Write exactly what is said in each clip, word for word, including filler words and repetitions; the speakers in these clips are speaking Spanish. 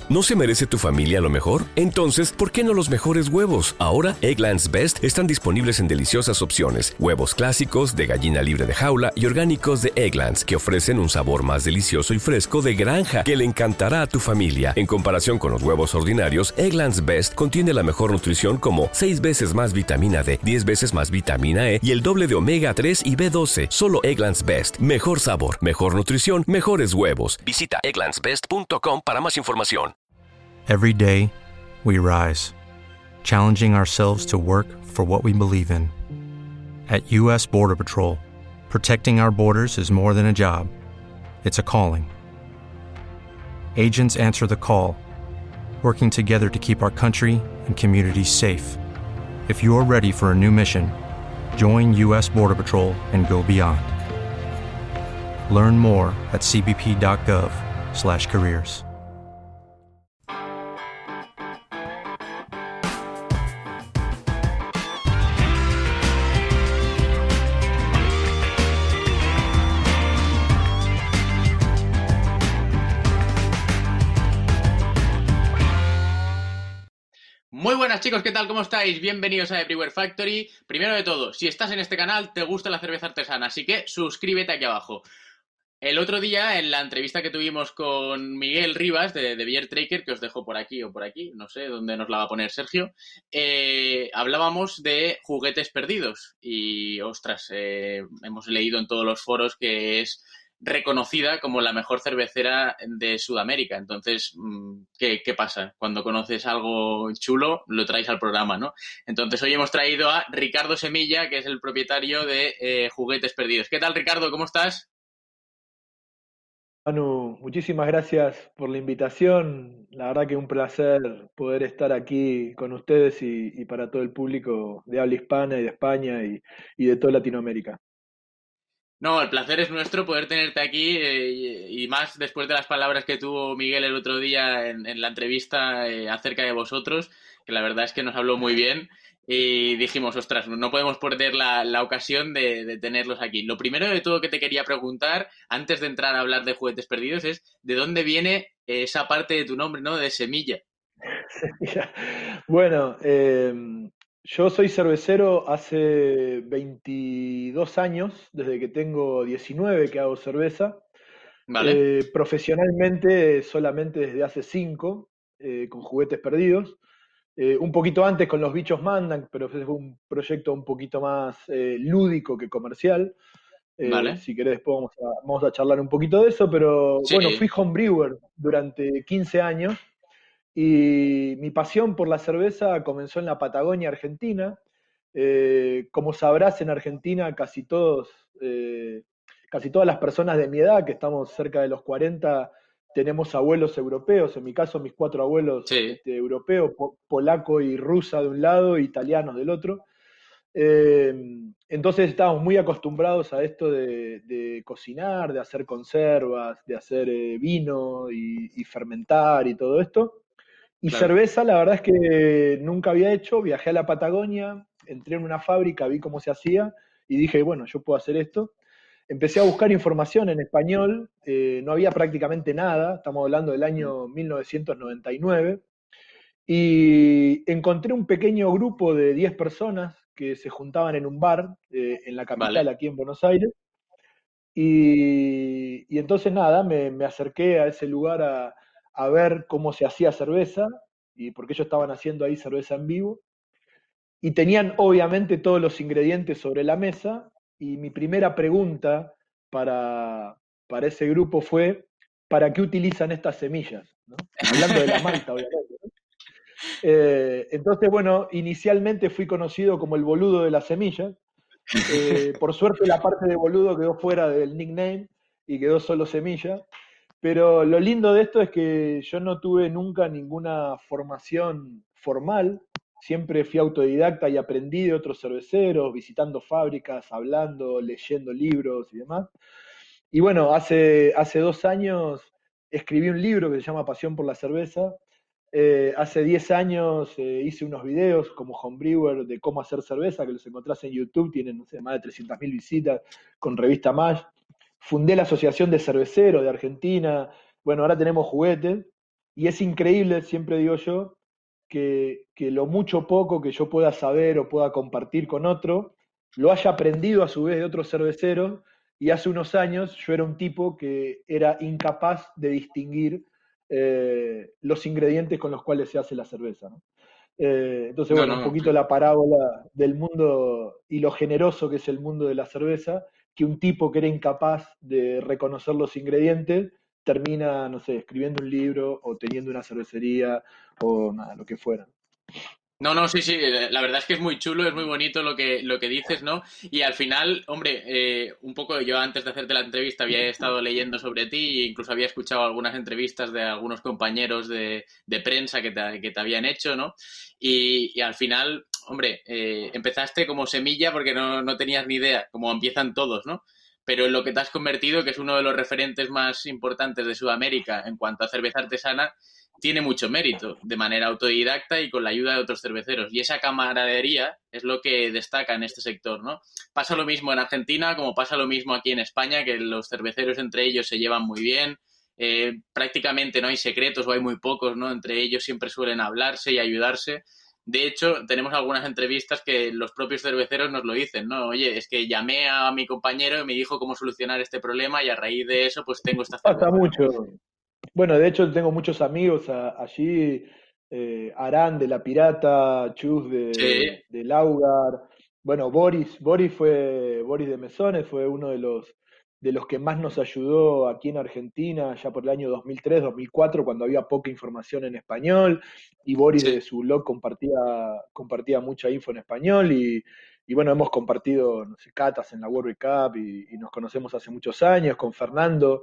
¿No se merece tu familia lo mejor? Entonces, ¿por qué no los mejores huevos? Ahora, Eggland's Best están disponibles en deliciosas opciones. Huevos clásicos, de gallina libre de jaula y orgánicos de Eggland's, que ofrecen un sabor más delicioso y fresco de granja que le encantará a tu familia. En comparación con los huevos ordinarios, Eggland's Best contiene la mejor nutrición como seis veces más vitamina D, diez veces más vitamina E y el doble de omega tres y B doce. Solo Eggland's Best. Mejor sabor, mejor nutrición, mejores huevos. Visita egglands best punto com para más información. Every day, we rise, challenging ourselves to work for what we believe in. At U S Border Patrol, protecting our borders is more than a job. It's a calling. Agents answer the call, working together to keep our country and communities safe. If you're ready for a new mission, join U S Border Patrol and go beyond. Learn more at c b p dot gov slash careers. Muy buenas chicos, ¿qué tal? ¿Cómo estáis? Bienvenidos a The Brewer Factory. Primero de todo, si estás en este canal, te gusta la cerveza artesana, así que suscríbete aquí abajo. El otro día, en la entrevista que tuvimos con Miguel Rivas de, de Beer Tracker, que os dejo por aquí o por aquí, no sé dónde nos la va a poner Sergio, eh, hablábamos de juguetes perdidos y, ostras, eh, hemos leído en todos los foros que es reconocida como la mejor cervecera de Sudamérica. Entonces, ¿qué, qué pasa? Cuando conoces algo chulo, lo traes al programa, ¿no? Entonces, hoy hemos traído a Ricardo Semilla, que es el propietario de eh, Juguetes Perdidos. ¿Qué tal, Ricardo? ¿Cómo estás? Manu, muchísimas gracias por la invitación. La verdad que un placer poder estar aquí con ustedes y, y para todo el público de habla hispana y de España y, y de toda Latinoamérica. No, el placer es nuestro poder tenerte aquí eh, y, y más después de las palabras que tuvo Miguel el otro día en, en la entrevista eh, acerca de vosotros, que la verdad es que nos habló muy bien y dijimos, ostras, no podemos perder la, la ocasión de, de tenerlos aquí. Lo primero de todo que te quería preguntar, antes de entrar a hablar de Juguetes Perdidos, es ¿de dónde viene esa parte de tu nombre, ¿no? De Semilla. Bueno, eh, yo soy cervecero hace veintidós años, desde que tengo diecinueve que hago cerveza. Vale. Eh, profesionalmente solamente desde hace cinco, eh, con Juguetes Perdidos. Eh, un poquito antes con Los Bichos Mandan, pero fue un proyecto un poquito más eh, lúdico que comercial. Eh, Vale. si querés después vamos a, vamos a charlar un poquito de eso, pero Sí. bueno, fui homebrewer durante quince años. Y mi pasión por la cerveza comenzó en la Patagonia, Argentina. Eh, como sabrás, en Argentina casi todos, eh, casi todas las personas de mi edad, que estamos cerca de los cuarenta, tenemos abuelos europeos. En mi caso, mis cuatro abuelos Sí. este, europeos, po- polaco y rusa de un lado, italianos del otro. Eh, entonces estábamos muy acostumbrados a esto de, de cocinar, de hacer conservas, de hacer eh, vino y, y fermentar y todo esto. Y Claro. cerveza, la verdad es que nunca había hecho. Viajé a la Patagonia, entré en una fábrica, vi cómo se hacía y dije, bueno, yo puedo hacer esto. Empecé a buscar información en español, eh, no había prácticamente nada, estamos hablando del año mil novecientos noventa y nueve, y encontré un pequeño grupo de diez personas que se juntaban en un bar eh, en la capital, Vale. aquí en Buenos Aires, y, y entonces nada, me, me acerqué a ese lugar a, a ver cómo se hacía cerveza, y porque ellos estaban haciendo ahí cerveza en vivo, y tenían obviamente todos los ingredientes sobre la mesa, y mi primera pregunta para, para ese grupo fue, ¿para qué utilizan estas semillas? ¿No? Hablando de la malta, obviamente. ¿No? Eh, entonces, bueno, inicialmente fui conocido como el boludo de las semillas. Eh, por suerte la parte de boludo quedó fuera del nickname y quedó solo Semilla. Pero lo lindo de esto es que yo no tuve nunca ninguna formación formal, siempre fui autodidacta y aprendí de otros cerveceros, visitando fábricas, hablando, leyendo libros y demás. Y bueno, hace, hace dos años escribí un libro que se llama Pasión por la Cerveza. Eh, hace diez años eh, hice unos videos como homebrewer de cómo hacer cerveza, que los encontrás en YouTube, tienen no sé, más de trescientas mil visitas, con revista Mash. Fundé la Asociación de Cerveceros de Argentina. Bueno, ahora tenemos Juguetes. y es increíble, siempre digo yo, que, que lo mucho o poco que yo pueda saber o pueda compartir con otro, lo haya aprendido a su vez de otros cerveceros, y hace unos años yo era un tipo que era incapaz de distinguir eh, los ingredientes con los cuales se hace la cerveza, ¿no? Eh, entonces, No, bueno, un no, poquito la parábola del mundo y lo generoso que es el mundo de la cerveza, que un tipo que era incapaz de reconocer los ingredientes termina, no sé, escribiendo un libro o teniendo una cervecería o nada, lo que fuera. No, no, sí, sí, la verdad es que es muy chulo, es muy bonito lo que, lo que dices, ¿no? Y al final, hombre, eh, un poco yo antes de hacerte la entrevista había estado leyendo sobre ti e incluso había escuchado algunas entrevistas de algunos compañeros de, de prensa que te, que te habían hecho, ¿no? Y, y al final, hombre, eh, empezaste como semilla porque no, no tenías ni idea, como empiezan todos, ¿no? Pero en lo que te has convertido, que es uno de los referentes más importantes de Sudamérica en cuanto a cerveza artesana, tiene mucho mérito, de manera autodidacta y con la ayuda de otros cerveceros. Y esa camaradería es lo que destaca en este sector, ¿no? Pasa lo mismo en Argentina, como pasa lo mismo aquí en España, que los cerveceros entre ellos se llevan muy bien. Eh, prácticamente no hay secretos o hay muy pocos, ¿no? Entre ellos siempre suelen hablarse y ayudarse. De hecho, tenemos algunas entrevistas que los propios cerveceros nos lo dicen, ¿no? Oye, es que llamé a mi compañero y me dijo cómo solucionar este problema y a raíz de eso, pues tengo esta Pasa cerveza, ¿no? mucho. Bueno, de hecho tengo muchos amigos a- allí, eh, Arán de La Pirata, Chus Sí, de, de Laugar, bueno, Boris, Boris fue, Boris de Mesones fue uno de los, de los que más nos ayudó aquí en Argentina, ya por el año dos mil tres, dos mil cuatro, cuando había poca información en español, y Boris sí. de su blog compartía, compartía mucha info en español, y, y bueno, hemos compartido, no sé, catas en la World Cup, y, y nos conocemos hace muchos años con Fernando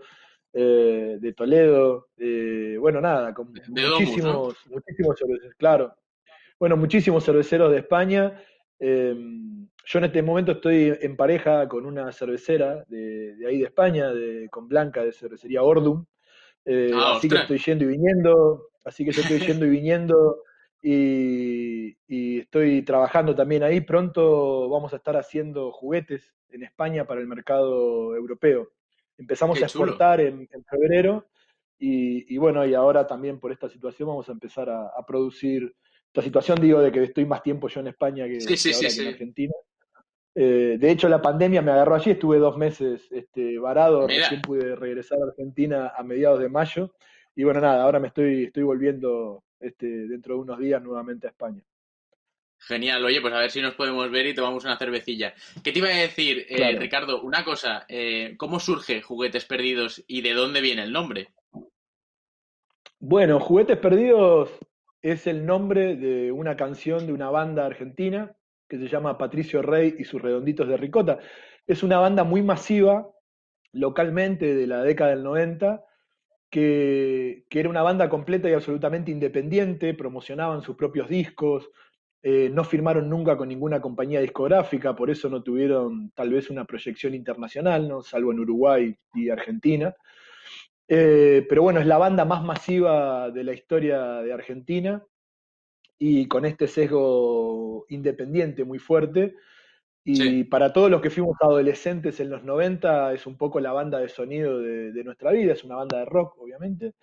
eh, de Toledo, eh, bueno, nada, con De Domus, ¿no? muchísimos, muchísimos cerveceros, claro, bueno, muchísimos cerveceros de España. Eh, yo en este momento estoy en pareja con una cervecera de, de ahí de España, de, con Blanca, de cervecería Ordum, eh, Ah, así que ostras. estoy yendo y viniendo, así que yo estoy yendo y viniendo y, y estoy trabajando también ahí. Pronto vamos a estar haciendo juguetes en España para el mercado europeo. Empezamos Qué a chulo. exportar en, en febrero y, y, bueno, y ahora también por esta situación vamos a empezar a, a producir. Esta situación digo de que estoy más tiempo yo en España Sí, que, sí, que sí, ahora que en sí. Argentina. Eh, de hecho, la pandemia me agarró allí, estuve dos meses este, varado, Mira, recién pude regresar a Argentina a mediados de mayo. Y bueno, nada, ahora me estoy, estoy volviendo este, dentro de unos días nuevamente a España. genial. Oye, pues a ver si nos podemos ver y tomamos una cervecilla. ¿Qué te iba a decir, eh, Claro. Ricardo? Una cosa, eh, ¿cómo surge Juguetes Perdidos y de dónde viene el nombre? Bueno, Juguetes Perdidos es el nombre de una canción de una banda argentina que se llama Patricio Rey y sus Redonditos de Ricota. Es una banda muy masiva localmente de la década del noventa que, que era una banda completa y absolutamente independiente, promocionaban sus propios discos, eh, no firmaron nunca con ninguna compañía discográfica, por eso no tuvieron tal vez una proyección internacional, ¿no? Salvo en Uruguay y Argentina. Eh, pero bueno, es la banda más masiva de la historia de Argentina y con este sesgo independiente muy fuerte. Sí, Y para todos los que fuimos adolescentes en los noventa es un poco la banda de sonido de, de nuestra vida, es una banda de rock, obviamente.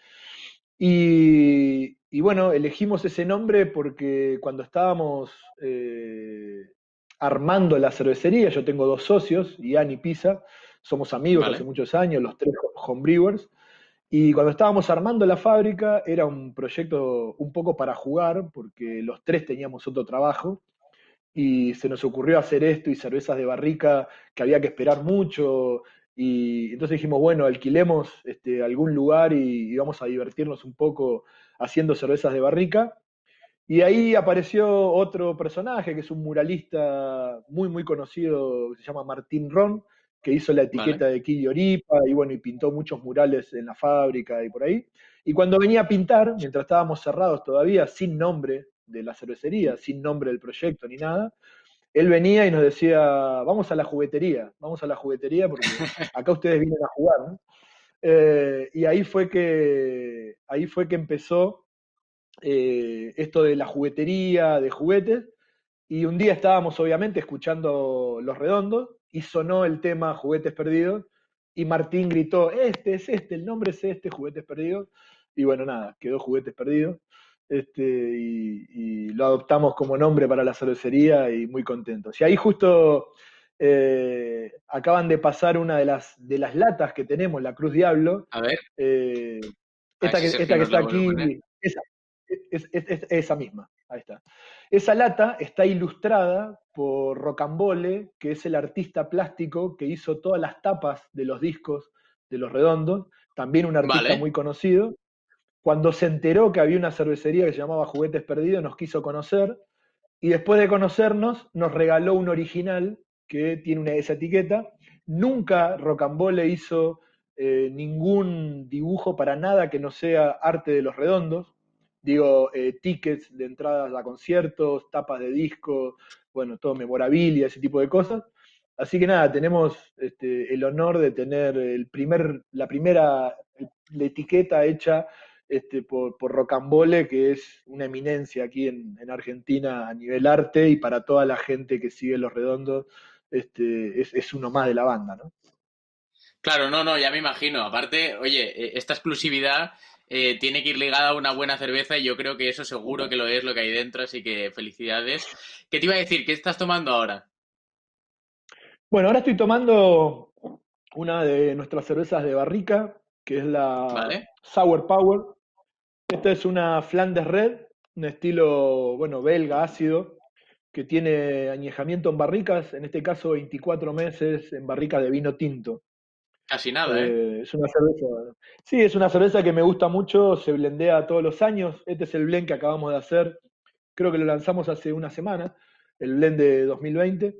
Y, y bueno, elegimos ese nombre porque cuando estábamos eh, armando la cervecería, yo tengo dos socios, Ian y Pisa, somos amigos hace vale. muchos años, los tres homebrewers, y cuando estábamos armando la fábrica era un proyecto un poco para jugar, porque los tres teníamos otro trabajo, y se nos ocurrió hacer esto y cervezas de barrica que había que esperar mucho. Y entonces dijimos, bueno, alquilemos este, algún lugar y, y vamos a divertirnos un poco haciendo cervezas de barrica. Y ahí apareció otro personaje que es un muralista muy, muy conocido, que se llama Martín Ron, que hizo la Vale. etiqueta de Kili Oripa y bueno, y pintó muchos murales en la fábrica y por ahí. Y cuando venía a pintar, mientras estábamos cerrados todavía, sin nombre de la cervecería, sin nombre del proyecto ni nada, él venía y nos decía, vamos a la juguetería, vamos a la juguetería porque acá ustedes vienen a jugar, ¿no? Eh, y ahí fue que, ahí fue que empezó eh, esto de la juguetería, de juguetes, y un día estábamos obviamente escuchando Los Redondos y sonó el tema Juguetes Perdidos y Martín gritó, este es este, el nombre es este, Juguetes Perdidos. y bueno, nada, quedó Juguetes Perdidos. Este, y, y lo adoptamos como nombre para la cervecería y muy contentos. Y ahí justo eh, acaban de pasar una de las, de las latas que tenemos, la Cruz Diablo. A ver, eh, a ver esta, si que, Sergio esta que nos está la vuelve a poner. aquí, esa, es, es- es- esa misma, ahí está. Esa lata está ilustrada por Rocambole, que es el artista plástico que hizo todas las tapas de los discos de Los Redondos, también un artista Vale. muy conocido. Cuando se enteró que había una cervecería que se llamaba Juguetes Perdidos, nos quiso conocer y después de conocernos nos regaló un original que tiene una, esa etiqueta. Nunca Rocambole hizo eh, ningún dibujo para nada que no sea arte de Los Redondos. Digo, eh, tickets de entradas a conciertos, tapas de discos, bueno, todo memorabilia, ese tipo de cosas. Así que nada, tenemos este, el honor de tener el primer, la primera la etiqueta hecha este, por, por Rocambole, que es una eminencia aquí en, en Argentina a nivel arte y para toda la gente que sigue Los Redondos, este, es, es uno más de la banda, ¿no? Claro, no, no, ya me imagino. Aparte, oye, eh, esta exclusividad eh, tiene que ir ligada a una buena cerveza y yo creo que eso seguro que lo es lo que hay dentro, así que felicidades. ¿Qué te iba a decir? ¿Qué estás tomando ahora? Bueno, ahora estoy tomando una de nuestras cervezas de barrica, que es la ¿Vale? Sour Power. Esta es una Flanders Red, un estilo, bueno, belga ácido, que tiene añejamiento en barricas, en este caso veinticuatro meses en barricas de vino tinto. Casi nada, ¿eh? Eh, es una cerveza. Sí, es una cerveza que me gusta mucho, se blendea todos los años. Este es el blend que acabamos de hacer. Creo que lo lanzamos hace una semana, el blend de dos mil veinte.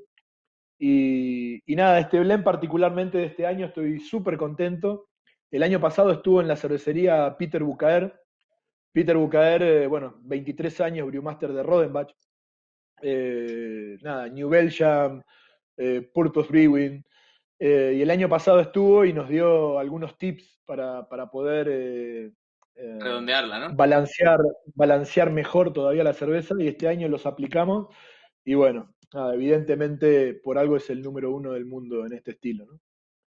Y, y nada, este blend particularmente de este año estoy súper contento. El año pasado estuvo en la cervecería Peter Bucaer. Peter Bucaer, eh, bueno, veintitrés años, brewmaster de Rodenbach. Eh, nada, New Belgium, eh, Purpose Brewing. Eh, y el año pasado estuvo y nos dio algunos tips para, para poder eh, eh, Redondearla, ¿no? balancear, balancear mejor todavía la cerveza y este año los aplicamos y bueno, nada, evidentemente por algo es el número uno del mundo en este estilo, ¿no?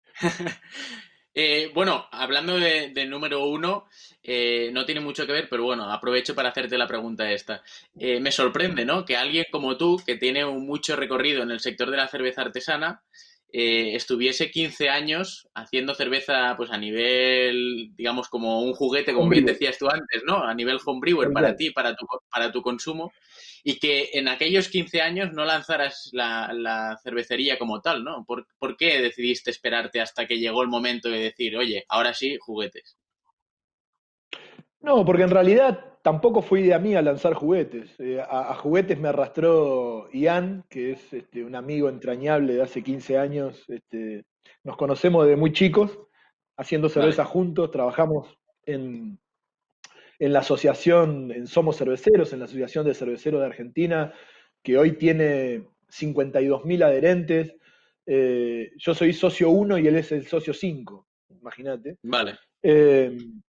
Eh, bueno, hablando de, de número uno, eh, no tiene mucho que ver, pero bueno, aprovecho para hacerte la pregunta esta. Eh, me sorprende, ¿no? Que alguien como tú, que tiene un mucho recorrido en el sector de la cerveza artesana, eh, estuviese quince años haciendo cerveza pues a nivel, digamos, como un juguete, como bien Homebrewer, decías tú antes, ¿no? A nivel homebrewer tal para cual. ti, para tu, para tu consumo, y que en aquellos quince años no lanzaras la, la cervecería como tal, ¿no? ¿Por, ¿Por qué decidiste esperarte hasta que llegó el momento de decir, oye, ahora sí, juguetes? No, porque en realidad tampoco fue idea mía lanzar juguetes. Eh, a, a juguetes me arrastró Ian, que es este, un amigo entrañable de hace quince años. Este, nos conocemos de muy chicos, haciendo Vale, cerveza juntos, trabajamos en, en la asociación, en Somos Cerveceros, en la Asociación de Cerveceros de Argentina, que hoy tiene cincuenta y dos mil adherentes. Eh, yo soy socio uno y él es el socio cinco, imagínate. vale, Eh,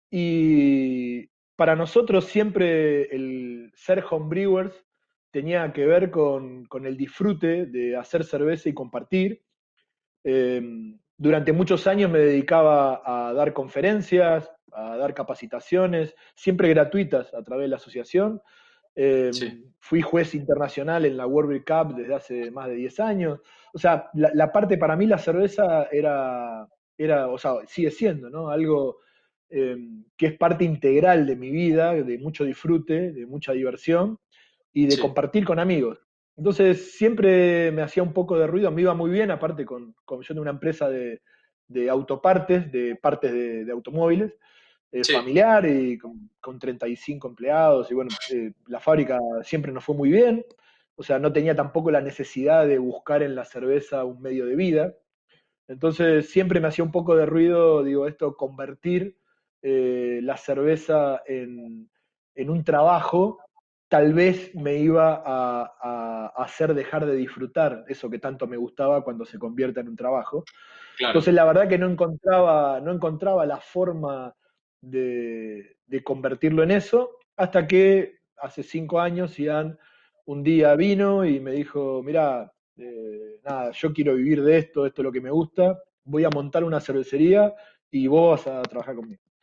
y para nosotros siempre el ser homebrewers tenía que ver con, con el disfrute de hacer cerveza y compartir. Eh, durante muchos años me dedicaba a dar conferencias, a dar capacitaciones, siempre gratuitas a través de la asociación. Eh, sí, Fui juez internacional en la World Beer Cup desde hace más de diez años. O sea, la, la parte para mí la cerveza era, era, o sea, sigue siendo, ¿no? Algo eh, que es parte integral de mi vida, de mucho disfrute, de mucha diversión y de sí, compartir con amigos. Entonces siempre me hacía un poco de ruido, me iba muy bien, aparte con, con yo tengo una empresa de, de autopartes, de partes de, de automóviles, eh, sí, familiar y con, con treinta y cinco empleados, y bueno, eh, la fábrica siempre nos fue muy bien, o sea, no tenía tampoco la necesidad de buscar en la cerveza un medio de vida, entonces siempre me hacía un poco de ruido, digo, esto, convertir eh, la cerveza en, en un trabajo, tal vez me iba a, a- a hacer dejar de disfrutar eso que tanto me gustaba cuando se convierta en un trabajo. claro. Entonces la verdad que no encontraba, no encontraba la forma de, de convertirlo en eso, hasta que hace cinco años Ian un día vino y me dijo, mirá, eh, nada, yo quiero vivir de esto, esto es lo que me gusta, voy a montar una cervecería y vos vas a trabajar conmigo.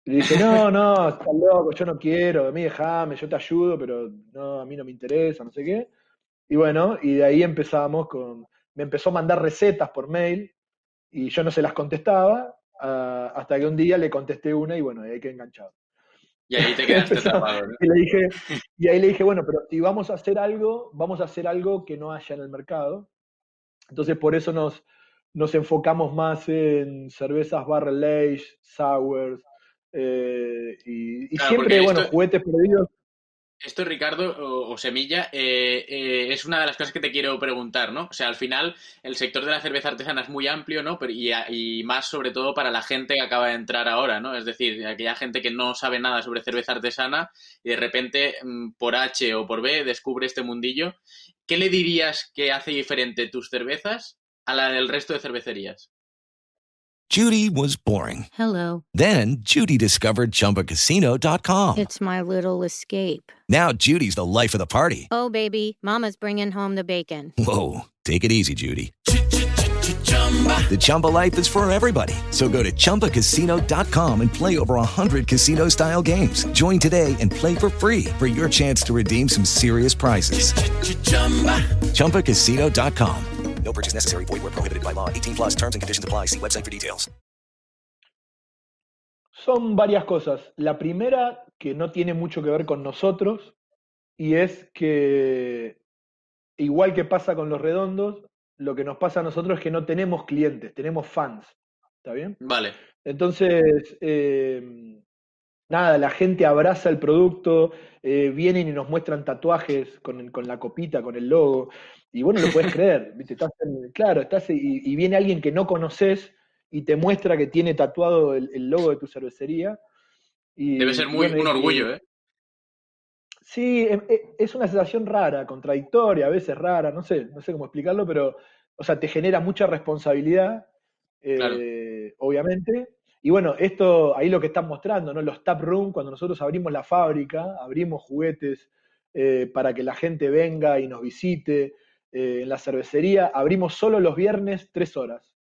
Y le dije, no, no, estás loco, yo no quiero, a mí déjame, yo te ayudo, pero no, a mí no me interesa, no sé qué. Y bueno, y de ahí empezamos con, me empezó a mandar recetas por mail y yo no se las contestaba, ah, hasta que un día le contesté una y bueno, de ahí quedé enganchado. Y ahí te quedaste Empezó- atrapado, ¿no? y le dije, y ahí le dije, bueno, pero si vamos a hacer algo, vamos a hacer algo que no haya en el mercado. Entonces por eso nos, nos enfocamos más en cervezas barrel aged, sours, eh, y, y Claro, siempre, porque bueno, esto, juguetes perdidos. Esto, Ricardo, o, o Semilla, eh, eh, es una de las cosas que te quiero preguntar, ¿no? O sea, al final, el sector de la cerveza artesana es muy amplio, ¿no? Pero, y, y más sobre todo para la gente que acaba de entrar ahora, ¿no? Es decir, aquella gente que no sabe nada sobre cerveza artesana y de repente, mm, por H o por B, descubre este mundillo. ¿Qué le dirías que hace diferente tus cervezas a la del resto de cervecerías? Judy was boring. Hello. Then Judy discovered Chumba Casino dot com. It's my little escape. Now Judy's the life of the party. Oh, baby, mama's bringing home the bacon. Whoa, take it easy, Judy. The Chumba life is for everybody. So go to Chumba Casino dot com and play over one hundred casino-style games. Join today and play for free for your chance to redeem some serious prizes. Chumba Casino dot com. No purchase necessary. Void where prohibited by law. eighteen plus terms and conditions apply. See website for details. Son varias cosas. La primera, que no tiene mucho que ver con nosotros, y es que, igual que pasa con los redondos, lo que nos pasa a nosotros es que no tenemos clientes, tenemos fans. ¿Está bien? Vale. Entonces, eh, nada, la gente abraza el producto, eh, vienen y nos muestran tatuajes con, con la copita, con el logo, y bueno, lo puedes creer, ¿viste? Estás en- claro, estás y, y viene alguien que no conoces y te muestra que tiene tatuado el, el logo de tu cervecería. Debe ser Y, y muy bueno, un y- orgullo, ¿eh? sí, em- e- es una sensación rara, contradictoria, a veces rara, no sé, no sé cómo explicarlo, pero, o sea, te genera mucha responsabilidad, Claro. eh, obviamente. Y bueno, esto, ahí lo que están mostrando, ¿no? Los tap room, cuando nosotros abrimos la fábrica, abrimos juguetes eh, para que la gente venga y nos visite. Eh, en la cervecería, abrimos solo los viernes tres horas.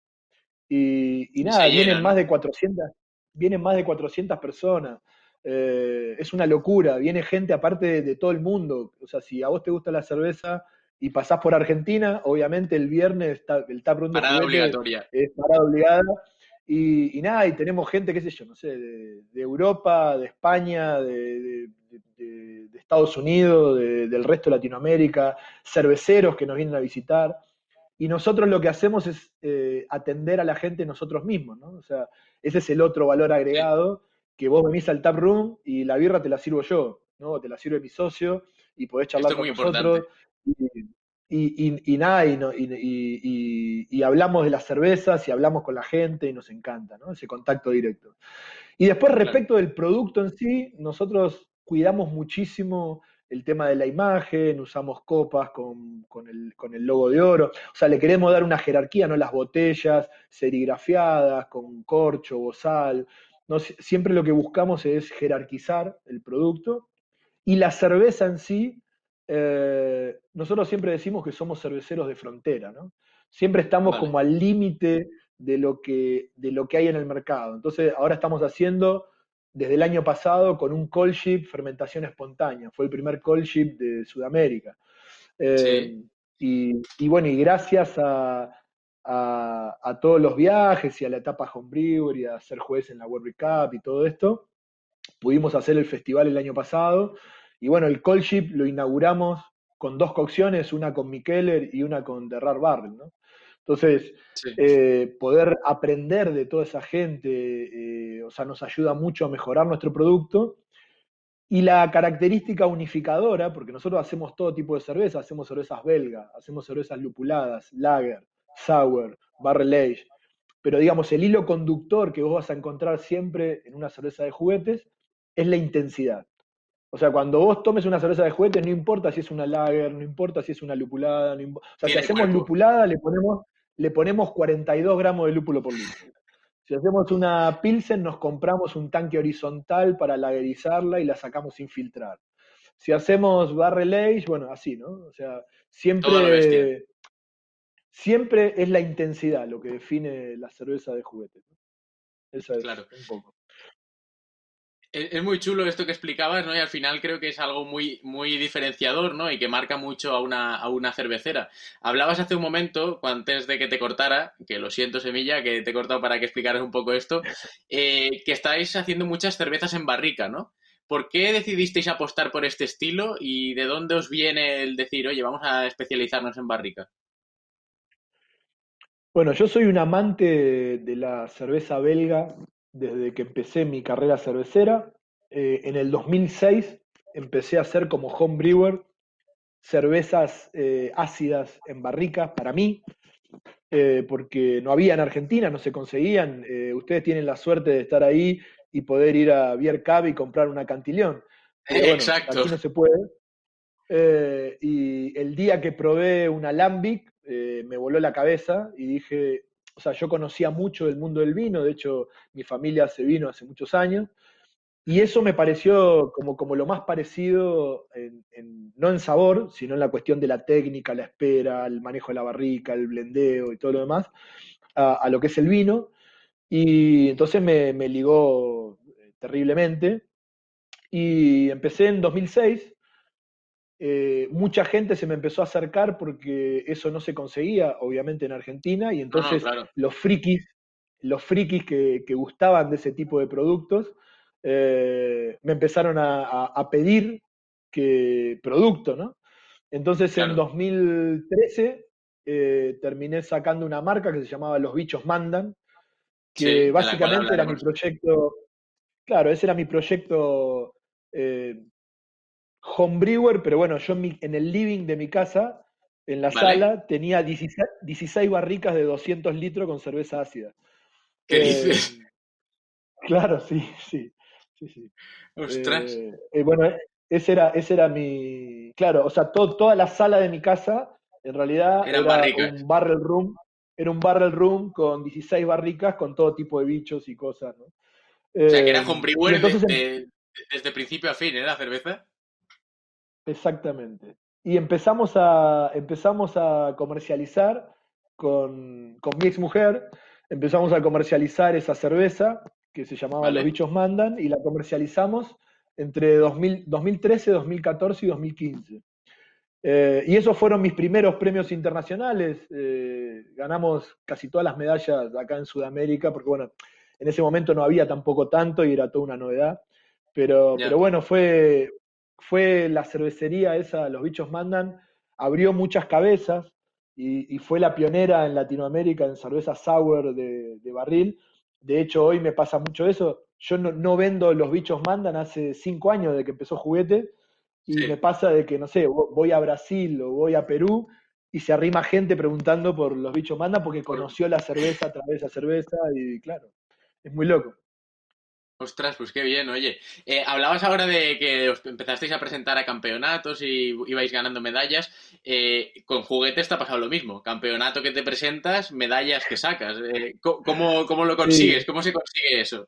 Y, y Y se nada, vienen llena, más ¿no? de cuatrocientas, vienen más de cuatrocientas personas. Eh, es una locura, viene gente aparte de, de todo el mundo. O sea, si a vos te gusta la cerveza y pasás por Argentina, obviamente el viernes está, el tap room de Parada juguetes obligatoria. es parada obligada. Y, y nada, y tenemos gente, qué sé yo, no sé, de, de Europa, de España, de, de- de- de Estados Unidos, de- del resto de Latinoamérica, cerveceros que nos vienen a visitar. Y nosotros lo que hacemos es eh, atender a la gente nosotros mismos, ¿no? O sea, ese es el otro valor Sí. agregado, que vos venís al tap room y la birra te la sirvo yo, ¿no? Te la sirve mi socio y podés Esto charlar es con muy importante. nosotros. Y, y- y- y nada, y, no- y- y- y- y hablamos de las cervezas y hablamos con la gente y nos encanta, ¿no? Ese contacto directo. Y después, Claro. respecto del producto en sí, nosotros cuidamos muchísimo el tema de la imagen, usamos copas con, con el, con el logo de oro, o sea, le queremos dar una jerarquía, ¿no? Las botellas serigrafiadas, con corcho, bozal, ¿no? Sie- Siempre lo que buscamos es jerarquizar el producto. Y la cerveza en sí, eh, nosotros siempre decimos que somos cerveceros de frontera, ¿no? Siempre estamos Vale. como al límite de lo que, de lo que hay en el mercado. Entonces, ahora estamos haciendo, desde el año pasado, con un cold ship fermentación espontánea. Fue el primer cold ship de Sudamérica. Sí. Eh, y, y bueno, y gracias a, a- a todos los viajes y a la etapa Homebrewer y a ser juez en la World Cup y todo esto, pudimos hacer el festival el año pasado. Y bueno, el cold ship lo inauguramos con dos cocciones, una con Mikkeller y una con The Rare Barrel, ¿no? Entonces, Sí. eh, poder aprender de toda esa gente, eh, o sea, nos ayuda mucho a mejorar nuestro producto. Y la característica unificadora, porque nosotros hacemos todo tipo de cerveza, hacemos cervezas belga, hacemos cervezas lupuladas, lager, sour, barrel aged, pero digamos, el hilo conductor que vos vas a encontrar siempre en una cerveza de juguetes es la intensidad. O sea, cuando vos tomes una cerveza de juguetes, no importa si es una lager, no importa si es una lupulada, no impo- o sea, si Tiene hacemos cuerpo. lupulada, le ponemos, le ponemos cuarenta y dos gramos de lúpulo por litro. Si hacemos una Pilsen, nos compramos un tanque horizontal para lagerizarla y la sacamos sin filtrar. Si hacemos barrel age, bueno, así, ¿no? O sea, Todo a lo bestia. siempre, siempre es la intensidad lo que define la cerveza de juguete, ¿no? Esa es Claro. un poco. Es muy chulo esto que explicabas, ¿no? Y al final creo que es algo muy, muy diferenciador, ¿no? Y que marca mucho a una, a una cervecera. Hablabas hace un momento, antes de que te cortara, que lo siento, Semilla, que te he cortado para que explicaras un poco esto, eh, que estáis haciendo muchas cervezas en barrica, ¿no? ¿Por qué decidisteis apostar por este estilo y de dónde os viene el decir, oye, vamos a especializarnos en barrica? Bueno, yo soy un amante de la cerveza belga desde que empecé mi carrera cervecera. Eh, en el dos mil seis empecé a hacer como home brewer cervezas eh, ácidas en barricas para mí, eh, porque no había en Argentina, no se conseguían. Eh, ustedes tienen la suerte de estar ahí y poder ir a Beer Cab y comprar una cantillón. Pero bueno, Exacto. aquí no se puede. Eh, y el día que probé un alambic, eh, me voló la cabeza y dije, o sea, yo conocía mucho del mundo del vino, de hecho mi familia hace vino hace muchos años, y eso me pareció como, como lo más parecido, en, en, no en sabor, sino en la cuestión de la técnica, la espera, el manejo de la barrica, el blendeo y todo lo demás, a, a lo que es el vino, y entonces me, me ligó terriblemente, y empecé en dos mil seis. Eh, mucha gente se me empezó a acercar porque eso no se conseguía, obviamente, en Argentina, y No, no, entonces claro. los frikis, los frikis que, que gustaban de ese tipo de productos, eh, me empezaron a, a, a pedir que producto, ¿no? Entonces en Claro. dos mil trece eh, terminé sacando una marca que se llamaba Los Bichos Mandan, que Sí, de la cual básicamente era mi hablaremos. proyecto, claro, ese era mi proyecto eh, homebrewer, pero bueno, yo en, mi, en, el living de mi casa, en la ¿Vale? sala, tenía dieciséis, dieciséis barricas de doscientos litros con cerveza ácida. ¿Qué Eh, dices? claro, sí, sí. sí, sí. Ostras. Eh, eh, bueno, ese era, ese era mi... Claro, o sea, to, toda la sala de mi casa, en realidad, Eran era barricas. un barrel room, era un barrel room con dieciséis barricas con todo tipo de bichos y cosas, ¿no? O sea, que era Eh, y homebrewer de, entonces... de, desde principio a fin, ¿eh? La cerveza. Exactamente. Y empezamos a, empezamos a comercializar con, con mi ex mujer, empezamos a comercializar esa cerveza que se llamaba Los ¿Vale? Bichos Mandan y la comercializamos entre dos mil, dos mil trece, dos mil catorce y dos mil quince. Eh, y esos fueron mis primeros premios internacionales. Eh, ganamos casi todas las medallas acá en Sudamérica, porque bueno, en ese momento no había tampoco tanto y era toda una novedad. Pero, pero Ya. bueno, fue, fue la cervecería esa, Los Bichos Mandan, abrió muchas cabezas y, y fue la pionera en Latinoamérica en cerveza sour de, de barril. De hecho, hoy me pasa mucho eso. Yo no, no vendo Los Bichos Mandan hace cinco años de que empezó Juguete, y me Sí. pasa de que, no sé, voy a Brasil o voy a Perú y se arrima gente preguntando por Los Bichos Mandan porque Por... conoció la cerveza a través de esa cerveza y claro, es muy loco. Ostras, pues qué bien, oye. Eh, hablabas ahora de que os empezasteis a presentar a campeonatos y ibais ganando medallas. Eh, con Juguetes te ha pasado lo mismo. Campeonato que te presentas, medallas que sacas. Eh, ¿cómo, ¿Cómo lo consigues? Sí. ¿Cómo se consigue eso?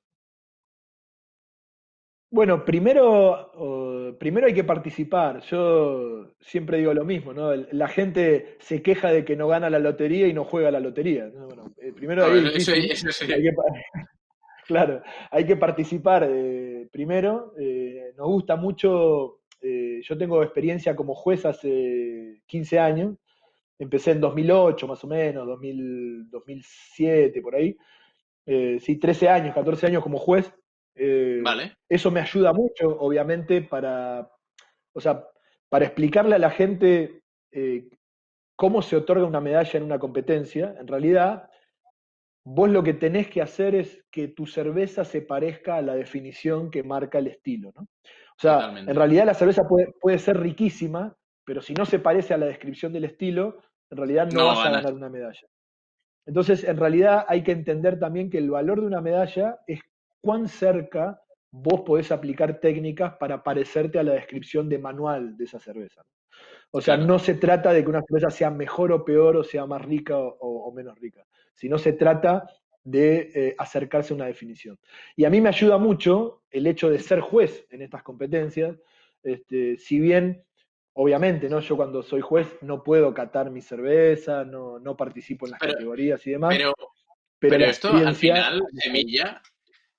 Bueno, primero, uh, primero hay que participar. Yo siempre digo lo mismo, ¿no? La gente se queja de que no gana la lotería y no juega la lotería, ¿no? Bueno, eh, primero ahí No, es eso, difícil. eso sí. Hay que, claro, hay que participar eh, primero. Eh, nos gusta mucho, eh, yo tengo experiencia como juez hace quince años, empecé en dos mil ocho más o menos, dos mil, dos mil siete por ahí. Eh, sí, trece años, catorce años como juez. Eh, Vale. eso me ayuda mucho, obviamente, para, o sea, para explicarle a la gente eh, cómo se otorga una medalla en una competencia. En realidad, vos lo que tenés que hacer es que tu cerveza se parezca a la definición que marca el estilo, ¿no? O sea, en Totalmente. realidad la cerveza puede, puede ser riquísima, pero si no se parece a la descripción del estilo, en realidad no No vas a ganas. ganar una medalla. Entonces, en realidad hay que entender también que el valor de una medalla es cuán cerca vos podés aplicar técnicas para parecerte a la descripción de manual de esa cerveza. O sea, Claro. no se trata de que una cerveza sea mejor o peor, o sea más rica o, o menos rica, sino se trata de eh, acercarse a una definición. Y a mí me ayuda mucho el hecho de ser juez en estas competencias, este, si bien, obviamente, ¿no? Yo cuando soy juez no puedo catar mi cerveza, no, no participo en las Pero, categorías y demás, pero, pero pero la esto al experiencia... final, Semilla,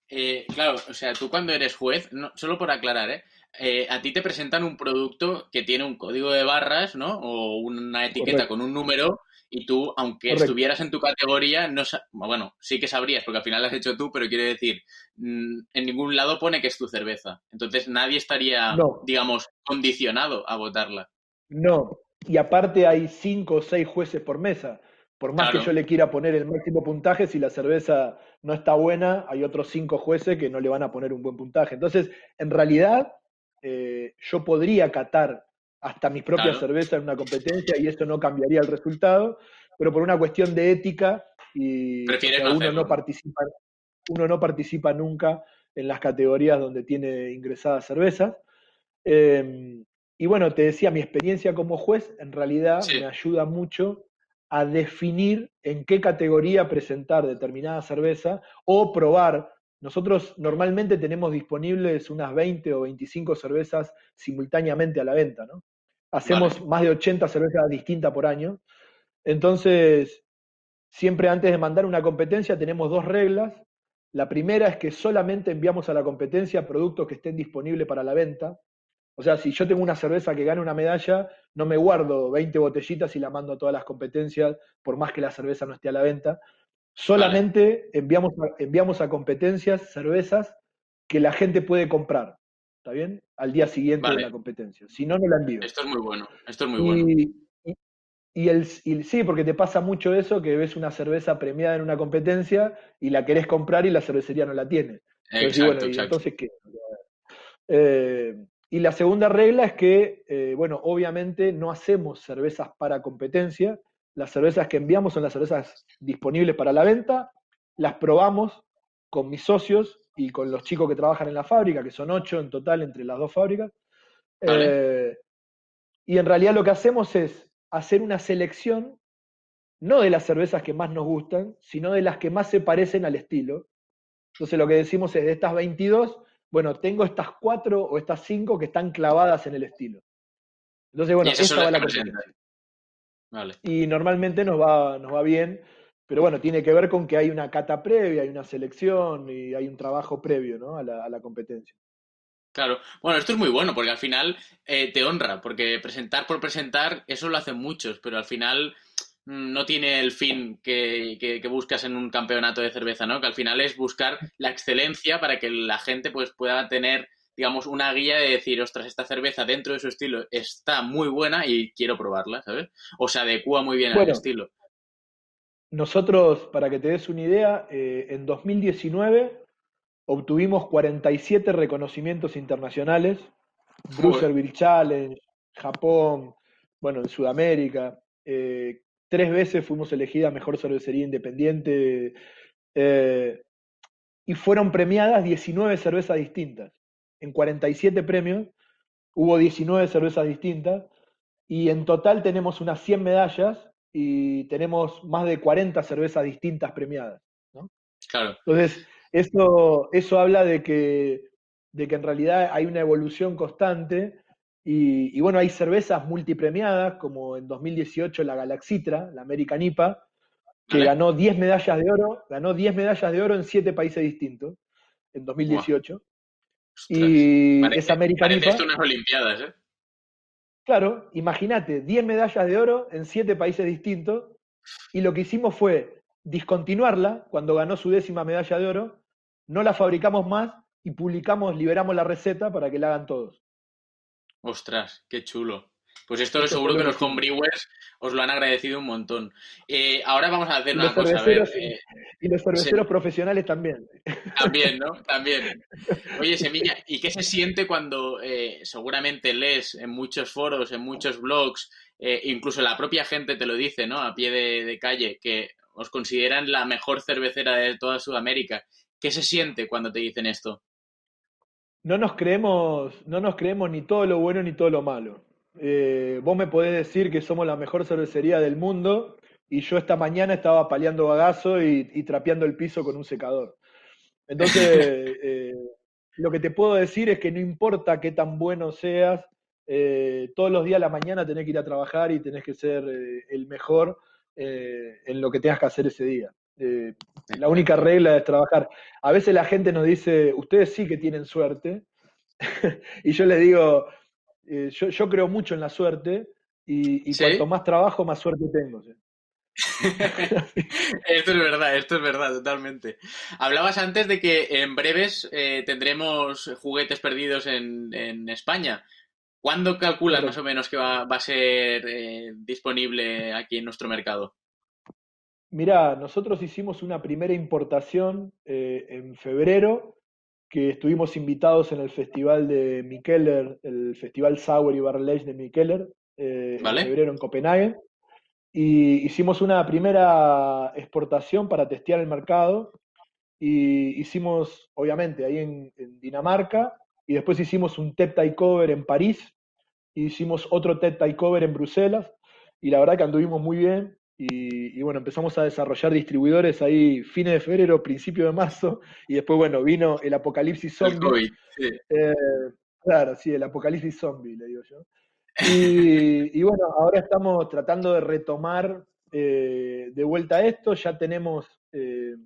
Eh, claro, o sea, tú cuando eres juez, no, solo por aclarar, ¿eh? Eh, a ti te presentan un producto que tiene un código de barras, ¿no? O una etiqueta Correcto, con un número y tú, aunque correcto. estuvieras en tu categoría, no sa- bueno, sí que sabrías, porque al final lo has hecho tú, pero quiero decir, mm, en ningún lado pone que es tu cerveza. Entonces nadie estaría, No, digamos, condicionado a votarla. no. Y aparte hay cinco o seis jueces por mesa. Por más que yo Claro, le quiera poner el máximo puntaje, si la cerveza no está buena, hay otros cinco jueces que no le van a poner un buen puntaje. Entonces, en realidad, eh, yo podría catar hasta mis propias claro. cervezas en una competencia y eso no cambiaría el resultado, pero por una cuestión de ética, y, o Prefieres sea, no uno no hacerlo, ¿no? participa, uno no participa nunca en las categorías donde tiene ingresadas cervezas. Eh, y bueno, te decía, mi experiencia como juez en realidad Sí, me ayuda mucho a definir en qué categoría presentar determinada cerveza o probar. Nosotros normalmente tenemos disponibles unas veinte o veinticinco cervezas simultáneamente a la venta, ¿no? vale, Hacemos más de ochenta cervezas distintas por año. Entonces, siempre antes de mandar una competencia tenemos dos reglas. La primera es que solamente enviamos a la competencia productos que estén disponibles para la venta. O sea, si yo tengo una cerveza que gane una medalla, no me guardo veinte botellitas y la mando a todas las competencias, por más que la cerveza no esté a la venta. vale, Solamente enviamos a, enviamos a competencias cervezas que la gente puede comprar, ¿está bien? Al día siguiente de vale. la competencia. Si no, no la envío. Esto es muy bueno, esto es muy bueno. Y, y, y el, y sí, porque te pasa mucho eso, que ves una cerveza premiada en una competencia y la querés comprar y la cervecería no la tiene. Entonces, sí, bueno, Exacto, ¿y exacto. entonces qué? Eh, y la segunda regla es que, eh, bueno, obviamente no hacemos cervezas para competencia. Las cervezas que enviamos son las cervezas disponibles para la venta. Las probamos con mis socios y con los chicos que trabajan en la fábrica, que son ocho en total entre las dos fábricas. Vale, Eh, y en realidad lo que hacemos es hacer una selección, no de las cervezas que más nos gustan, sino de las que más se parecen al estilo. Entonces lo que decimos es, de estas veintidós, bueno, tengo estas cuatro o estas cinco que están clavadas en el estilo. Entonces, y bueno, esas son esa va las a que la presentan. competencia. Vale. Y normalmente nos va, nos va bien, pero bueno, tiene que ver con que hay una cata previa, hay una selección y hay un trabajo previo, ¿no? a, la, a la competencia. Claro. Bueno, esto es muy bueno porque al final eh, te honra, porque presentar por presentar, eso lo hacen muchos, pero al final mm, no tiene el fin que, que- que buscas en un campeonato de cerveza, ¿no? Que al final es buscar la excelencia para que la gente pues pueda tener, digamos, una guía de decir, ostras, esta cerveza dentro de su estilo está muy buena y quiero probarla, ¿sabes? O se adecua muy bien al Bueno, estilo. nosotros, para que te des una idea, eh, en dos mil diecinueve obtuvimos cuarenta y siete reconocimientos internacionales, Joder, Bruiser Beer Challenge, Japón, bueno, en Sudamérica. Eh, tres veces fuimos elegida mejor cervecería independiente eh, y fueron premiadas diecinueve cervezas distintas. En cuarenta y siete premios hubo diecinueve cervezas distintas y en total tenemos unas cien medallas y tenemos más de cuarenta cervezas distintas premiadas, ¿no? claro. Entonces, eso, eso habla de que, de que en realidad hay una evolución constante y, y bueno, hay cervezas multipremiadas, como en dos mil dieciocho la Galaxitra, la American I P A, que ¿Vale? ganó diez medallas de oro, ganó diez medallas de oro en siete países distintos en Buah, dos mil dieciocho. ostras. Y esa Parece, American parece esto I P A, unas Olimpiadas, ¿eh? claro, imagínate, diez medallas de oro en siete países distintos, y lo que hicimos fue discontinuarla cuando ganó su décima medalla de oro, no la fabricamos más y publicamos, liberamos la receta para que la hagan todos. Ostras, qué chulo. Pues esto Eso fue seguro lo que que los hicimos. homebrewers os lo han agradecido un montón. Eh, ahora vamos a hacer Y los una cosa, a ver. cerveceros, eh, y los se- cerveceros profesionales también. también, ¿no? También. Oye, Semilla, ¿y qué se siente cuando eh, seguramente lees en muchos foros, en muchos blogs, eh, incluso la propia gente te lo dice, ¿no? A pie de, de calle, que os consideran la mejor cervecera de toda Sudamérica. ¿Qué se siente cuando te dicen esto? No nos creemos, no nos creemos ni todo lo bueno ni todo lo malo. Eh, vos me podés decir que somos la mejor cervecería del mundo y yo esta mañana estaba paleando bagazo y, y trapeando el piso con un secador. Entonces, eh, lo que te puedo decir es que no importa qué tan bueno seas, eh, todos los días a la mañana tenés que ir a trabajar y tenés que ser eh, el mejor eh, en lo que tengas que hacer ese día. Eh, la única regla es trabajar. A veces la gente nos dice, ustedes sí que tienen suerte. Y yo les digo, eh, yo, yo creo mucho en la suerte y, y ¿Sí? cuanto más trabajo, más suerte tengo. ¿Sí? Esto es verdad, esto es verdad, totalmente. Hablabas antes de que en breves eh, tendremos juguetes perdidos en, en España. ¿Cuándo calculas Correcto. más o menos que va, va a ser eh, disponible aquí en nuestro mercado? Mirá, nosotros hicimos una primera importación eh, en febrero, que estuvimos invitados en el festival de Mikkeller, el festival Sour y Barrel Age de Mikkeller, eh, en ¿Vale? febrero en Copenhague. Y hicimos una primera exportación para testear el mercado. Y hicimos, obviamente, ahí en, en Dinamarca. Y después hicimos un Tep Takeover en París. Y hicimos otro Tep Takeover en Bruselas. Y la verdad que anduvimos muy bien. Y, y bueno, empezamos a desarrollar distribuidores ahí fines de febrero, principio de marzo. Y después, bueno, vino el apocalipsis El zombie. COVID, sí. Eh, claro, sí, el apocalipsis zombie, le digo yo. Y, y bueno, ahora estamos tratando de retomar eh, de vuelta esto. Ya tenemos, eh,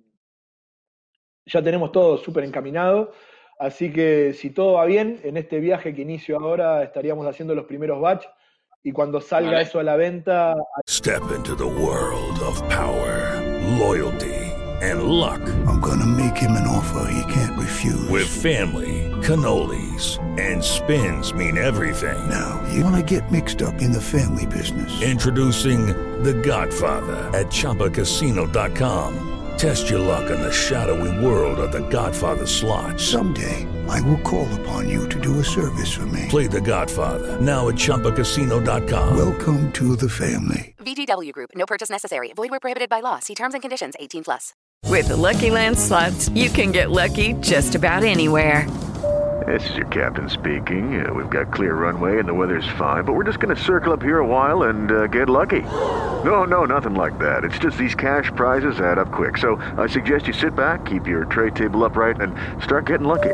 ya tenemos todo súper encaminado. Así que si todo va bien, en este viaje que inicio ahora estaríamos haciendo los primeros batch. Y cuando salga Vale. eso a la venta, Step into the world of power, loyalty, and luck. I'm gonna make him an offer he can't refuse. With family, cannolis, and spins mean everything. Now, you wanna get mixed up in the family business. Introducing The Godfather at Chumba Casino dot com. Test your luck in the shadowy world of The Godfather slot. Someday, I will call upon you to do a service for me. Play The Godfather now at Chumba Casino dot com. Welcome to the family. V G W Group. No purchase necessary. Void where prohibited by law. See terms and conditions. eighteen plus. With the Lucky Land Slots, you can get lucky just about anywhere. This is your captain speaking. Uh, we've got clear runway and the weather's fine, but we're just going to circle up here a while and uh, get lucky. No, no, nothing like that. It's just these cash prizes add up quick. So I suggest you sit back, keep your tray table upright, and start getting lucky.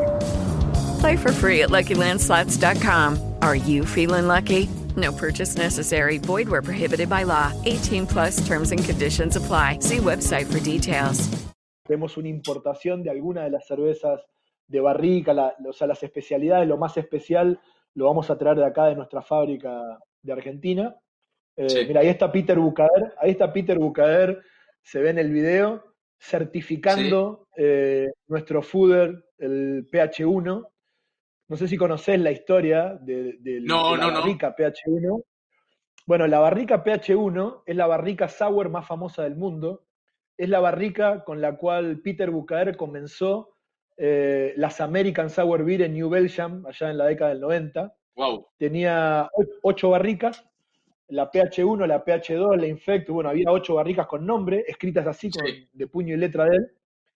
Play for free at Lucky Land Slots dot com. Are you feeling lucky? No purchase necessary. Void where prohibited by law. eighteen plus terms and conditions apply. See website for details. tenemos una importación de alguna de las cervezas de barrica, la, o sea, las especialidades, lo más especial, lo vamos a traer de acá, de nuestra fábrica de Argentina. Eh, Sí. Mira, ahí está Peter Bucaer, ahí está Peter Bucaer, se ve en el video, certificando eh, nuestro fooder, el P H uno. No sé si conocés la historia de, de- No, de la no, no. barrica P H uno. Bueno, la barrica P H uno es la barrica sour más famosa del mundo. Es la barrica con la cual Peter Bucaer comenzó eh, las American Sour Beer en New Belgium, allá en la década del noventa. Wow. Tenía o- ocho barricas, la P H uno, la P H dos, la Infect, bueno, había ocho barricas con nombre, escritas así, con, Sí. de puño y letra de él.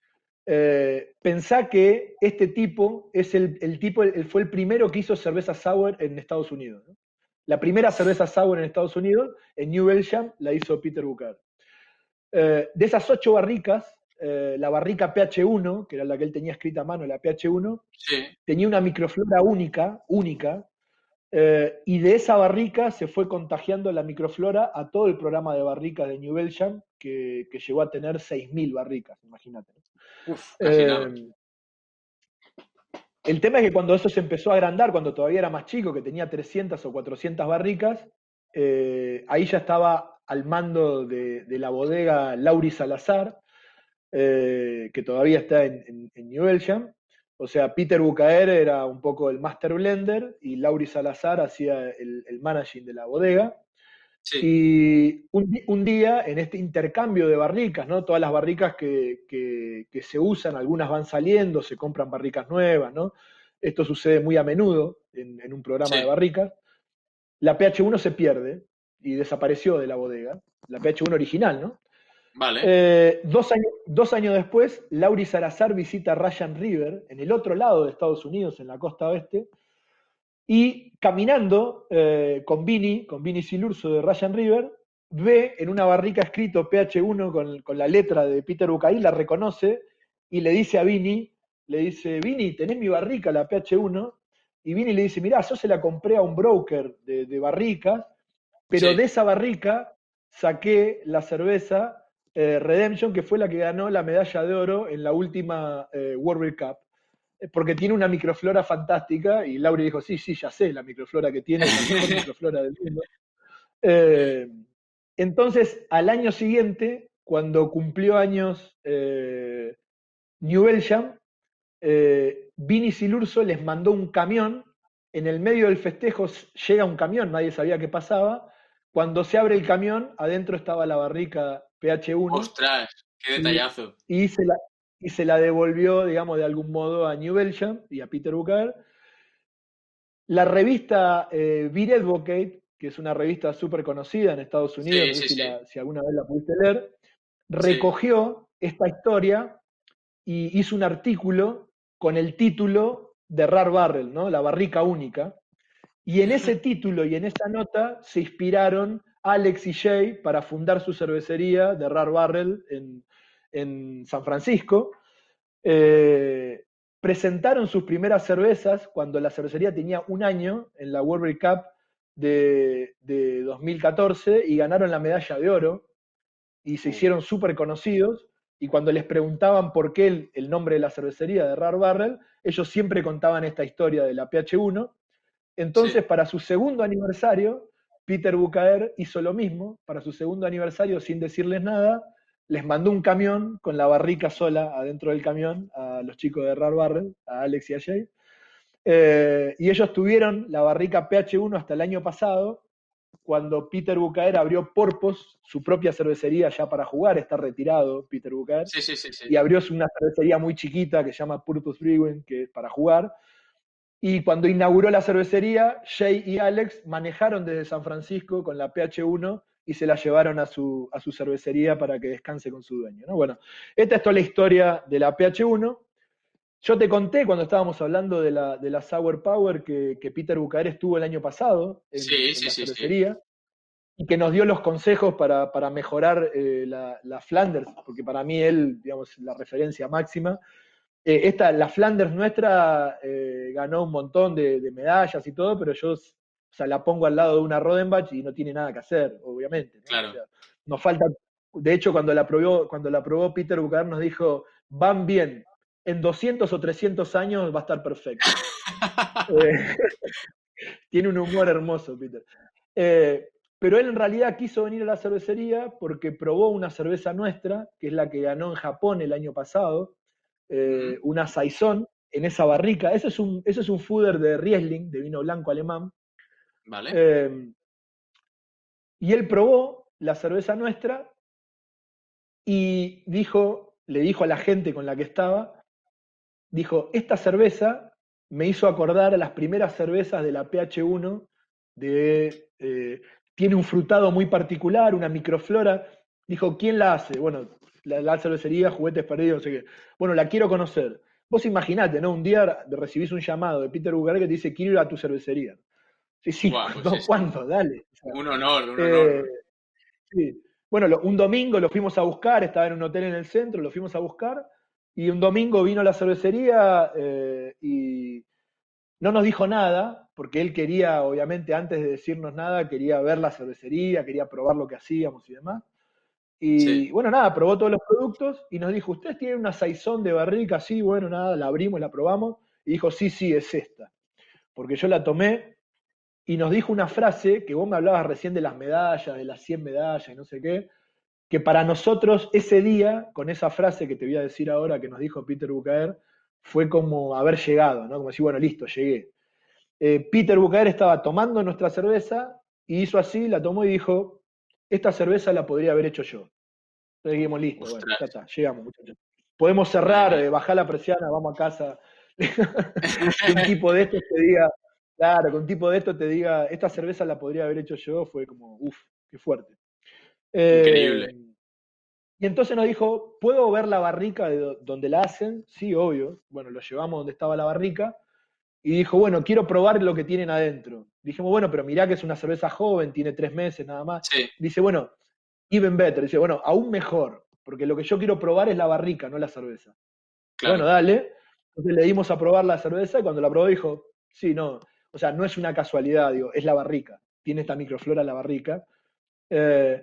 Eh, pensá que este tipo es el, el tipo, el- fue el primero que hizo cerveza sour en Estados Unidos, ¿no? La primera cerveza sour en Estados Unidos, en New Belgium, la hizo Peter Bucaer. Eh, de esas ocho barricas, eh, la barrica P H uno, que era la que él tenía escrita a mano, la P H uno, Sí. tenía una microflora única, única, eh, y de esa barrica se fue contagiando la microflora a todo el programa de barricas de New Belgium, que, que llegó a tener seis mil barricas, imagínate. Uf, casi Eh, nada. El tema es que cuando eso se empezó a agrandar, cuando todavía era más chico, que tenía trescientas o cuatrocientas barricas, eh, ahí ya estaba al mando de, de la bodega Lauri Salazar, eh, que todavía está en, en, en New Belgium. O sea, Peter Bucaer era un poco el master blender y Lauri Salazar hacía el, el managing de la bodega. Sí. Y un, di- un día, en este intercambio de barricas, ¿no? Todas las barricas que, que- que se usan, algunas van saliendo, se compran barricas nuevas, ¿no? Esto sucede muy a menudo en, en un programa Sí. de barricas. La P H uno se pierde y desapareció de la bodega. La P H uno original, ¿no? Vale. Eh, dos, años, dos años después, Lauri Salazar visita Ryan River, en el otro lado de Estados Unidos, en la costa oeste, y caminando eh, con Vini, con Vini Silurso de Ryan River, ve en una barrica escrito P H uno con, con la letra de Peter Bucaer, la reconoce y le dice a Vini, le dice, Vini, ¿tenés mi barrica, la P H uno? Y Vini le dice, mirá, yo se la compré a un broker de, de barricas, pero Sí. de esa barrica saqué la cerveza eh, Redemption, que fue la que ganó la medalla de oro en la última eh, World Beer Cup. Porque tiene una microflora fantástica, y Lauri dijo, sí, sí, ya sé la microflora que tiene, la mejor microflora del mundo. Eh, entonces, al año siguiente, cuando cumplió años eh, New Belgium, eh, Vini Silurso les mandó un camión, en el medio del festejo llega un camión, nadie sabía qué pasaba, cuando se abre el camión, adentro estaba la barrica P H uno. ¡Ostras! ¡Qué detallazo! Y, y se la... y se la devolvió, digamos, de algún modo a New Belgium y a Peter Bucaer. La revista eh, Beer Advocate, que es una revista súper conocida en Estados Unidos, sí, no sé sí, si, sí. la, si alguna vez la pudiste leer, recogió sí. esta historia y hizo un artículo con el título de Rare Barrel, ¿no? La barrica única. Y en ese título y en esa nota se inspiraron Alex y Jay para fundar su cervecería de Rare Barrel en, en San Francisco. Eh, presentaron sus primeras cervezas cuando la cervecería tenía un año en la World Beer Cup de, de dos mil catorce y ganaron la medalla de oro y se hicieron súper conocidos. Y cuando les preguntaban por qué el, el nombre de la cervecería de Rare Barrel, ellos siempre contaban esta historia de la P H uno. Entonces, sí. para su segundo aniversario, Peter Bucaer hizo lo mismo. Para su segundo aniversario, sin decirles nada, les mandó un camión con la barrica sola adentro del camión a los chicos de Rare Barrel, a Alex y a Jay. Eh, y ellos tuvieron la barrica P H uno hasta el año pasado, cuando Peter Bucaer abrió Porpoise, su propia cervecería ya para jugar, está retirado Peter Bucaer, sí, sí, sí, sí. y abrió una cervecería muy chiquita que se llama Purpose Brewing, que es para jugar. Y cuando inauguró la cervecería, Jay y Alex manejaron desde San Francisco con la P H uno y se la llevaron a su, a su cervecería para que descanse con su dueño, ¿no? Bueno, esta es toda la historia de la P H uno. Yo te conté cuando estábamos hablando de la, de la Sour Power que, que Peter Bucaer estuvo el año pasado en, sí, en sí, la sí, cervecería sí. y que nos dio los consejos para, para mejorar eh, la, la Flanders, porque para mí él, digamos, la referencia máxima. Eh, esta, la Flanders nuestra eh, ganó un montón de, de medallas y todo, pero yo, o sea, la pongo al lado de una Rodenbach y no tiene nada que hacer, obviamente, ¿no? Claro. O sea, nos falta, de hecho, cuando la probó, cuando la probó Peter Bucaer nos dijo, van bien, en doscientos o trescientos años va a estar perfecto. eh, tiene un humor hermoso, Peter. Eh, pero él en realidad quiso venir a la cervecería porque probó una cerveza nuestra, que es la que ganó en Japón el año pasado, eh, uh-huh. una Saison, en esa barrica. Ese es un, ese es un fooder de Riesling, de vino blanco alemán. Vale. Eh, y él probó la cerveza nuestra y dijo, le dijo a la gente con la que estaba, dijo, esta cerveza me hizo acordar a las primeras cervezas de la P H uno, de, eh, tiene un frutado muy particular, una microflora. Dijo, ¿quién la hace? Bueno, la, la cervecería, Juguetes Perdidos, no sé qué. Bueno, la quiero conocer. Vos imaginate, ¿no? Un día recibís un llamado de Peter Bucaer que te dice, quiero ir a tu cervecería. Sí, sí, wow, ¿cuándo? Pues sí, ¿Cuándo? Dale. O sea, un honor, un eh, honor. Sí. Bueno, lo, un domingo lo fuimos a buscar, estaba en un hotel en el centro, lo fuimos a buscar, y un domingo vino a la cervecería eh, y no nos dijo nada, porque él quería, obviamente, antes de decirnos nada, quería ver la cervecería, quería probar lo que hacíamos y demás. Y sí. bueno, nada, probó todos los productos y nos dijo, ¿ustedes tienen una Saison de barrica? Sí, bueno, nada, la abrimos, la probamos, y dijo, sí, sí, es esta. Porque yo la tomé y nos dijo una frase, que vos me hablabas recién de las medallas, de las cien medallas y no sé qué, que para nosotros ese día, con esa frase que te voy a decir ahora que nos dijo Peter Bucaer, fue como haber llegado, ¿no? Como decir, bueno, listo, llegué. Eh, Peter Bucaer estaba tomando nuestra cerveza y hizo así, la tomó y dijo, esta cerveza la podría haber hecho yo. Entonces dijimos, listo, Ostras. bueno, ya está, llegamos, muchachos. Podemos cerrar, eh, bajar la persiana, vamos a casa. Que un tipo de estos te diga, claro, que un tipo de esto te diga, esta cerveza la podría haber hecho yo, fue como, uff, qué fuerte. Increíble. Eh, y entonces nos dijo, ¿puedo ver la barrica de donde la hacen? Sí, obvio. Bueno, lo llevamos donde estaba la barrica. Y dijo, bueno, quiero probar lo que tienen adentro. Dijimos, bueno, pero mirá que es una cerveza joven, tiene tres meses nada más. Sí. Dice, bueno, even better. Dice, bueno, aún mejor, porque lo que yo quiero probar es la barrica, no la cerveza. Claro. Bueno, dale. Entonces le dimos a probar la cerveza y cuando la probó dijo, sí, no, o sea, no es una casualidad, digo, es la barrica. Tiene esta microflora la barrica. Eh,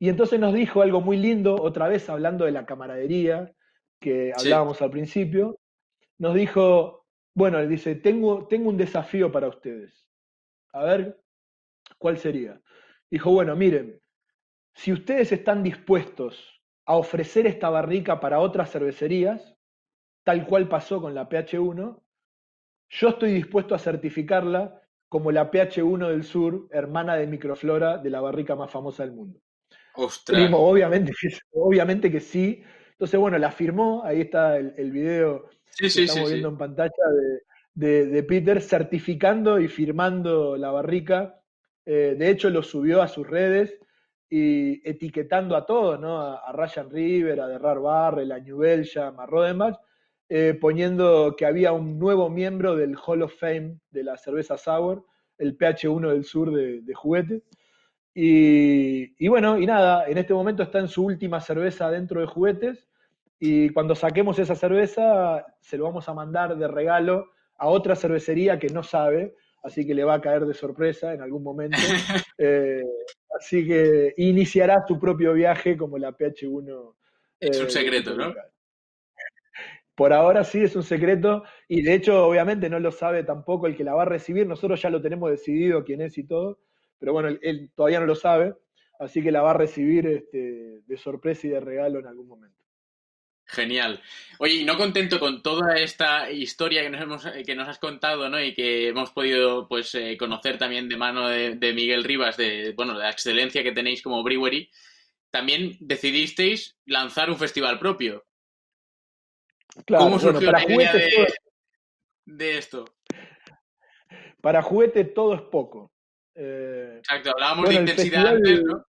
Y entonces nos dijo algo muy lindo, otra vez hablando de la camaradería que hablábamos sí. al principio, nos dijo, bueno, él dice, tengo, tengo un desafío para ustedes. A ver, ¿cuál sería? Dijo, bueno, miren, si ustedes están dispuestos a ofrecer esta barrica para otras cervecerías, tal cual pasó con la P H uno, yo estoy dispuesto a certificarla como la P H uno del Sur, hermana de Microflora, de la barrica más famosa del mundo. ¡Ostras! Dijimos, obviamente, obviamente que sí. Entonces, bueno, la firmó, ahí está el, el video sí, que sí, estamos sí, viendo sí. en pantalla de, de, de Peter, certificando y firmando la barrica. Eh, de hecho, lo subió a sus redes y etiquetando a todos, ¿no? A, a Ryan River, a Derrar Barrel, a New Belgium, a Rodenbach, eh, poniendo que había un nuevo miembro del Hall of Fame de la cerveza sour, el P H uno del Sur de, de juguete. Y, y bueno, y nada, en este momento está en su última cerveza dentro de juguetes, y cuando saquemos esa cerveza se lo vamos a mandar de regalo a otra cervecería que no sabe, así que le va a caer de sorpresa en algún momento. eh, así que iniciará su propio viaje como la P H uno. Eh, es un secreto, ¿no? Local. Por ahora sí es un secreto, y de hecho obviamente no lo sabe tampoco el que la va a recibir, nosotros ya lo tenemos decidido quién es y todo, pero bueno, él, él todavía no lo sabe, así que la va a recibir este, de sorpresa y de regalo en algún momento. Genial. Oye, y no contento con toda esta historia que nos, hemos, que nos has contado, ¿no? Y que hemos podido pues eh, conocer también de mano de, de Miguel Rivas, de, bueno, de la excelencia que tenéis como brewery, también decidisteis lanzar un festival propio. Claro, ¿Cómo surgió bueno, la idea de, todo, de esto? Para juguete todo es poco. Eh, Exacto, hablábamos bueno, de intensidad festival, antes, ¿no?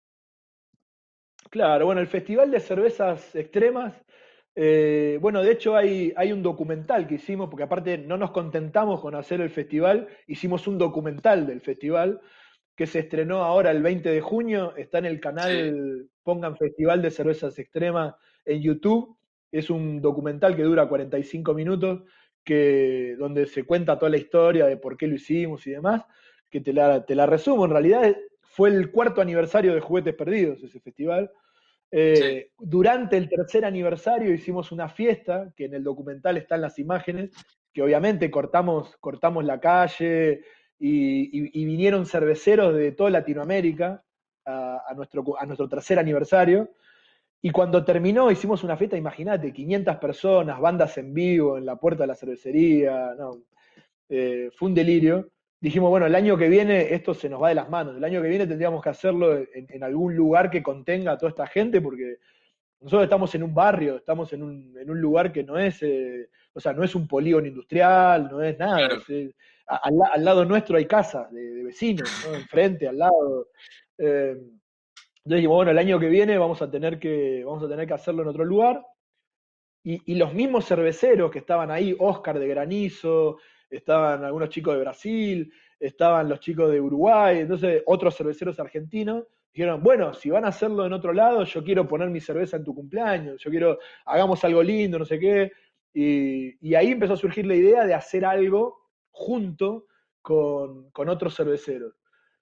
Claro, bueno, el Festival de Cervezas Extremas, eh, bueno, de hecho hay, hay un documental que hicimos, porque aparte no nos contentamos con hacer el festival, hicimos un documental del festival que se estrenó ahora el veinte de junio, está en el canal, sí. Pongan Festival de Cervezas Extremas en YouTube, es un documental que dura cuarenta y cinco minutos, que, donde se cuenta toda la historia de por qué lo hicimos y demás, que te la, te la resumo, en realidad fue el cuarto aniversario de Juguetes Perdidos, ese festival. Eh, sí. Durante el tercer aniversario hicimos una fiesta, que en el documental están las imágenes, que obviamente cortamos, cortamos la calle y, y, y vinieron cerveceros de toda Latinoamérica a, a, nuestro, a nuestro tercer aniversario. Y cuando terminó hicimos una fiesta, imagínate, quinientas personas, bandas en vivo en la puerta de la cervecería, no, eh, fue un delirio. Dijimos, bueno, el año que viene esto se nos va de las manos, el año que viene tendríamos que hacerlo en, en algún lugar que contenga a toda esta gente, porque nosotros estamos en un barrio, estamos en un, en un lugar que no es, eh, o sea, no es un polígono industrial, no es nada. Claro. Es, a, al, al lado nuestro hay casas de, de vecinos, ¿no? Enfrente, al lado. Eh, entonces dijimos, bueno, el año que viene vamos a tener que, vamos a tener que hacerlo en otro lugar. Y, y los mismos cerveceros que estaban ahí, Oscar de Granizo, estaban algunos chicos de Brasil, estaban los chicos de Uruguay, entonces otros cerveceros argentinos dijeron, bueno, si van a hacerlo en otro lado, yo quiero poner mi cerveza en tu cumpleaños, yo quiero, hagamos algo lindo, no sé qué. Y, y ahí empezó a surgir la idea de hacer algo junto con, con otros cerveceros.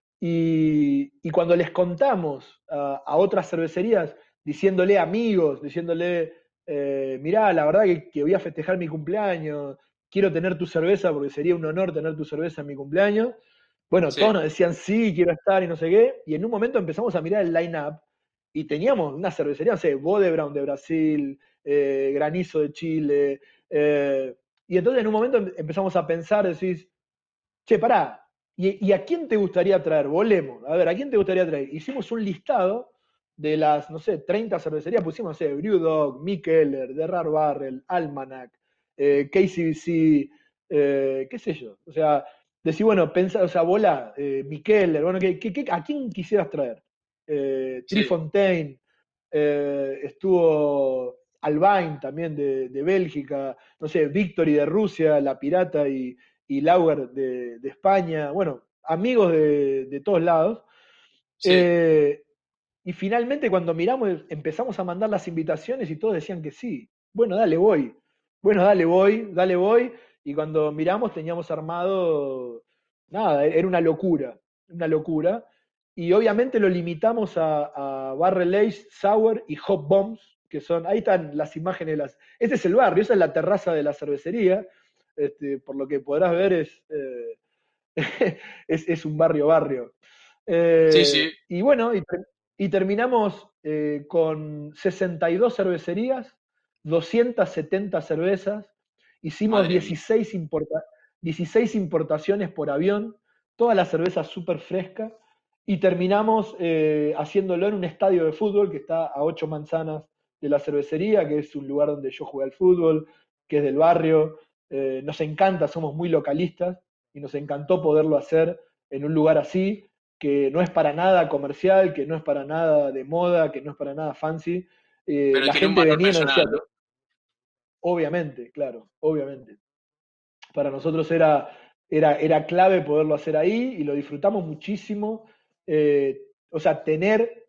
Y, y cuando les contamos a, a otras cervecerías, diciéndole amigos, diciéndole, eh, mirá, la verdad que, que voy a festejar mi cumpleaños, quiero tener tu cerveza porque sería un honor tener tu cerveza en mi cumpleaños. Bueno, sí. Todos nos decían sí, quiero estar y no sé qué. Y en un momento empezamos a mirar el line-up y teníamos una cervecería, no sé, Bodebraun de Brasil, eh, Granizo de Chile. Eh, y entonces en un momento empezamos a pensar, decís, che, pará, ¿y, ¿y a quién te gustaría traer? Volemos. A ver, ¿a quién te gustaría traer? Hicimos un listado de las, no sé, treinta cervecerías. Pusimos, no sé, Brewdog, Mikkeller, Derrar Barrel, Almanac, Eh, K C B C, eh, qué sé yo, o sea, decir, bueno, pensar, o sea, volá, eh, Mikkeller, bueno, ¿qué, qué, ¿a quién quisieras traer? Eh, sí. Trifontaine, eh, estuvo Albain también de, de Bélgica, no sé, Victory de Rusia, La Pirata y, y Lauer de, de España, bueno, amigos de, de todos lados. Sí. Eh, y finalmente cuando miramos, empezamos a mandar las invitaciones y todos decían que sí, bueno, dale, voy. Bueno, dale, voy, dale, voy. Y cuando miramos teníamos armado, nada, era una locura, una locura. y obviamente lo limitamos a, a Barrel Age, Sour y Hop Bombs, que son, ahí están las imágenes, las, este es el barrio, esa es la terraza de la cervecería, este, por lo que podrás ver es, eh, es, es un barrio barrio. Eh, sí, sí. Y bueno, y, y terminamos eh, con sesenta y dos cervecerías, doscientas setenta cervezas, hicimos dieciséis, importa, dieciséis importaciones por avión, toda la cerveza súper fresca, y terminamos eh, haciéndolo en un estadio de fútbol que está a ocho manzanas de la cervecería, que es un lugar donde yo jugué al fútbol, que es del barrio. Eh, nos encanta, somos muy localistas, y nos encantó poderlo hacer en un lugar así, que no es para nada comercial, que no es para nada de moda, que no es para nada fancy. Eh, Pero la tiene gente un valor venía y nos personal, decía, ¿no? Obviamente, claro, obviamente. Para nosotros era, era, era clave poderlo hacer ahí y lo disfrutamos muchísimo. Eh, o sea, tener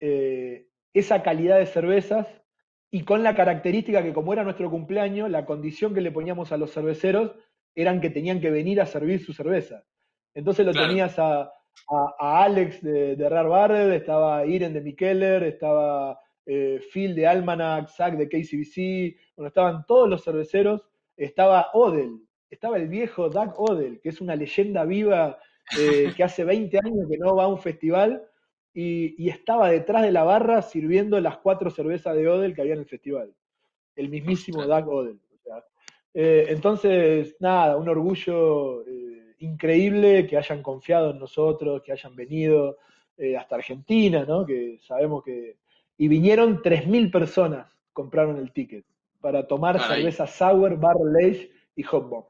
eh, esa calidad de cervezas y con la característica que como era nuestro cumpleaños, la condición que le poníamos a los cerveceros eran que tenían que venir a servir su cerveza. Entonces lo claro. tenías a, a, a Alex de, de Rare Barrel, estaba Iren de Mikkeller, estaba eh, Phil de Almanac, Zach de K C B C, bueno, estaban todos los cerveceros, estaba Odell, estaba el viejo Doug Odell, que es una leyenda viva eh, que hace veinte años que no va a un festival, y, y estaba detrás de la barra sirviendo las cuatro cervezas de Odell que había en el festival. El mismísimo Doug Odell. O sea, eh, entonces, nada, un orgullo eh, increíble que hayan confiado en nosotros, que hayan venido eh, hasta Argentina, ¿no? Que sabemos que... Y vinieron tres mil personas, compraron el ticket, para tomar Caray. cerveza sour, barrel age y hop bomb.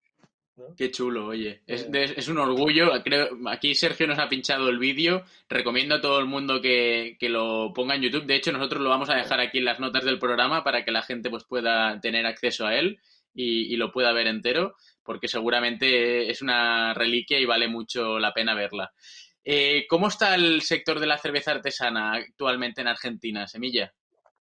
¿no? Qué chulo, oye. Es, es un orgullo. Creo, aquí Sergio nos ha pinchado el vídeo. Recomiendo a todo el mundo que, que lo ponga en YouTube. De hecho, nosotros lo vamos a dejar aquí en las notas del programa para que la gente pues, pueda tener acceso a él y, y lo pueda ver entero, porque seguramente es una reliquia y vale mucho la pena verla. Eh, ¿Cómo está el sector de la cerveza artesana actualmente en Argentina, Semilla?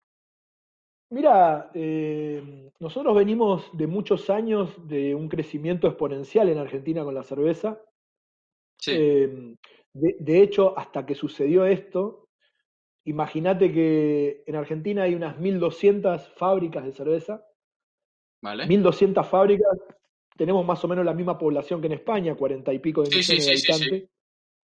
Mira, eh, nosotros venimos de muchos años de un crecimiento exponencial en Argentina con la cerveza. Sí. Eh, de, de hecho, hasta que sucedió esto, imagínate que en Argentina hay unas mil doscientas fábricas de cerveza. Vale. mil doscientas fábricas. Tenemos más o menos la misma población que en España, cuarenta y pico de sí, millones sí, de sí, habitantes. sí, sí.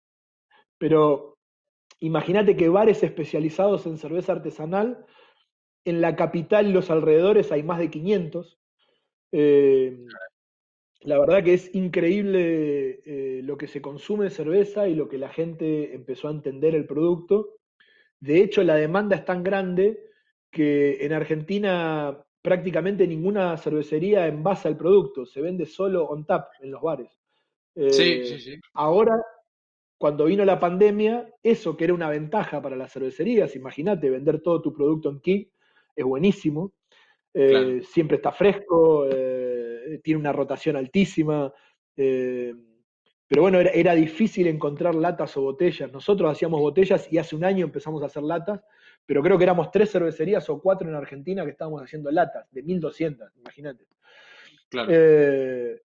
Pero imagínate que bares especializados en cerveza artesanal, en la capital y los alrededores hay más de quinientos. Eh, la verdad que es increíble eh, lo que se consume de cerveza y lo que la gente empezó a entender el producto. De hecho, la demanda es tan grande que en Argentina prácticamente ninguna cervecería envasa el producto, se vende solo on tap en los bares. Eh, sí, sí, sí. Ahora, cuando vino la pandemia, eso que era una ventaja para las cervecerías, imagínate, vender todo tu producto en kit, es buenísimo. Eh, claro. Siempre está fresco, eh, tiene una rotación altísima. Eh, pero bueno, era, era difícil encontrar latas o botellas. Nosotros hacíamos botellas y hace un año empezamos a hacer latas, pero creo que éramos tres cervecerías o cuatro en Argentina que estábamos haciendo latas, de mil doscientas, imagínate. Claro. Eh,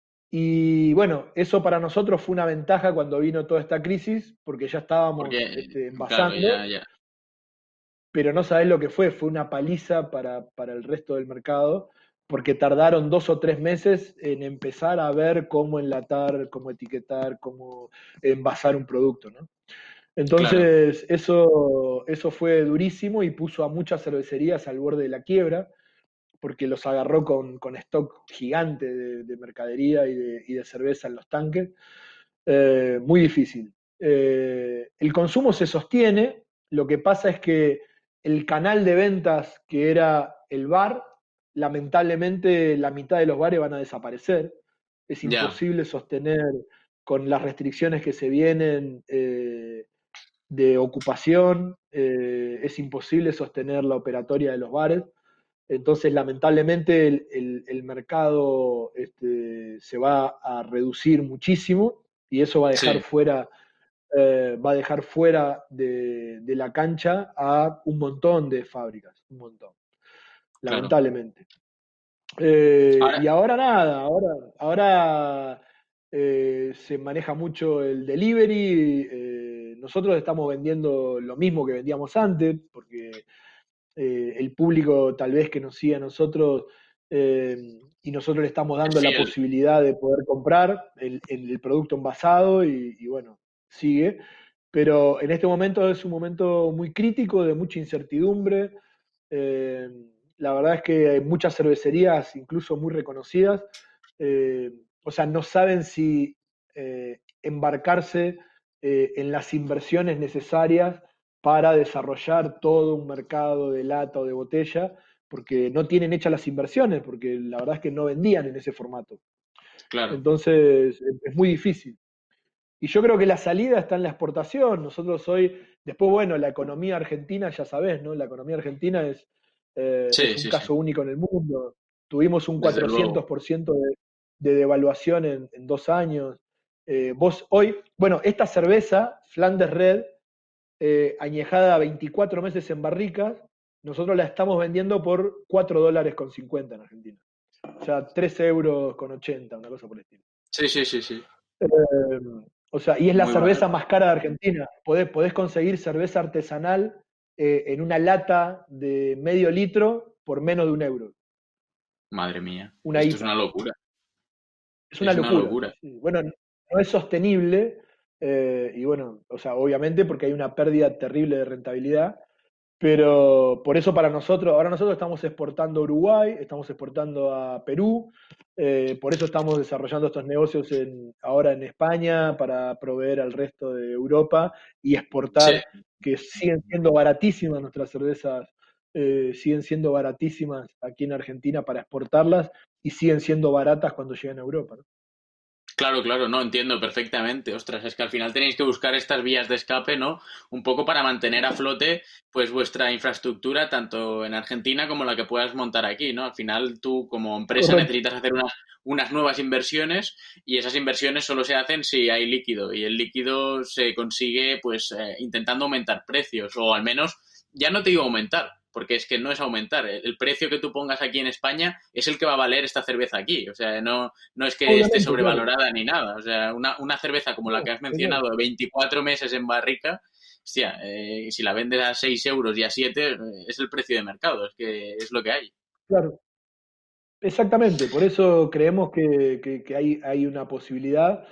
y bueno, eso para nosotros fue una ventaja cuando vino toda esta crisis, porque ya estábamos porque, este, envasando. Claro, ya, ya. Pero no sabés lo que fue, fue una paliza para, para el resto del mercado, porque tardaron dos o tres meses en empezar a ver cómo enlatar, cómo etiquetar, cómo envasar un producto, ¿no? Entonces, claro. eso, eso fue durísimo y puso a muchas cervecerías al borde de la quiebra, porque los agarró con, con stock gigante de, de mercadería y de, y de cerveza en los tanques. Eh, muy difícil. Eh, el consumo se sostiene, lo que pasa es que el canal de ventas que era el bar, lamentablemente la mitad de los bares van a desaparecer. Es imposible yeah. sostener con las restricciones que se vienen eh, de ocupación, eh, es imposible sostener la operatoria de los bares. Entonces, lamentablemente, el, el, el mercado este, se va a reducir muchísimo y eso va a dejar sí. fuera... Eh, va a dejar fuera de, de la cancha a un montón de fábricas, un montón, lamentablemente. Claro. Eh, ahora, y ahora nada, ahora, ahora eh, se maneja mucho el delivery, eh, nosotros estamos vendiendo lo mismo que vendíamos antes, porque eh, el público tal vez que nos sigue a nosotros eh, y nosotros le estamos dando la posibilidad de poder comprar el, el producto envasado y, y bueno, sigue. Pero en este momento es un momento muy crítico, de mucha incertidumbre. Eh, la verdad es que hay muchas cervecerías, incluso muy reconocidas, eh, o sea, no saben si eh, embarcarse eh, en las inversiones necesarias para desarrollar todo un mercado de lata o de botella, porque no tienen hechas las inversiones, porque la verdad es que no vendían en ese formato. Claro. Entonces, es muy difícil. Y yo creo que la salida está en la exportación. Nosotros hoy, después, bueno, la economía argentina, ya sabés, ¿no? La economía argentina es, eh, sí, es un sí, caso sí. único en el mundo. Tuvimos un Desde cuatrocientos por ciento de, de devaluación en, en dos años. Eh, vos hoy, bueno, esta cerveza, Flanders Red, eh, añejada veinticuatro meses en barricas, nosotros la estamos vendiendo por cuatro dólares con cincuenta en Argentina. O sea, tres euros con ochenta, una cosa por el estilo. Sí, sí, sí, sí. Eh, o sea, y es la Muy cerveza barato. más cara de Argentina. Podés, podés conseguir cerveza artesanal eh, en una lata de medio litro por menos de un euro. Madre mía, Una esto I es P A. una locura. Es una es locura. Una locura. Sí, sí. Bueno, no es sostenible, eh, y bueno, o sea, obviamente porque hay una pérdida terrible de rentabilidad, pero por eso para nosotros, ahora nosotros estamos exportando a Uruguay, estamos exportando a Perú, eh, por eso estamos desarrollando estos negocios en, ahora en España para proveer al resto de Europa y exportar, Sí. que siguen siendo baratísimas nuestras cervezas, eh, siguen siendo baratísimas aquí en Argentina para exportarlas y siguen siendo baratas cuando llegan a Europa, ¿no? Claro, claro, no, entiendo perfectamente. Ostras, es que al final tenéis que buscar estas vías de escape, ¿no? Un poco para mantener a flote, pues, vuestra infraestructura, tanto en Argentina como la que puedas montar aquí, ¿no? Al final tú, como empresa, Correcto. necesitas hacer unas, unas nuevas inversiones y esas inversiones solo se hacen si hay líquido y el líquido se consigue, pues, eh, intentando aumentar precios o al menos, ya no te digo aumentar, porque es que no es aumentar. El precio que tú pongas aquí en España es el que va a valer esta cerveza aquí. O sea, no, no es que Obviamente, esté sobrevalorada claro. ni nada. O sea, una, una cerveza como No, la que has genial. mencionado, de veinticuatro meses en barrica, hostia, eh, si la vendes a seis euros y a siete, eh, es el precio de mercado. Es que es lo que hay. Claro. Exactamente, por eso creemos que, que- que hay, hay una posibilidad,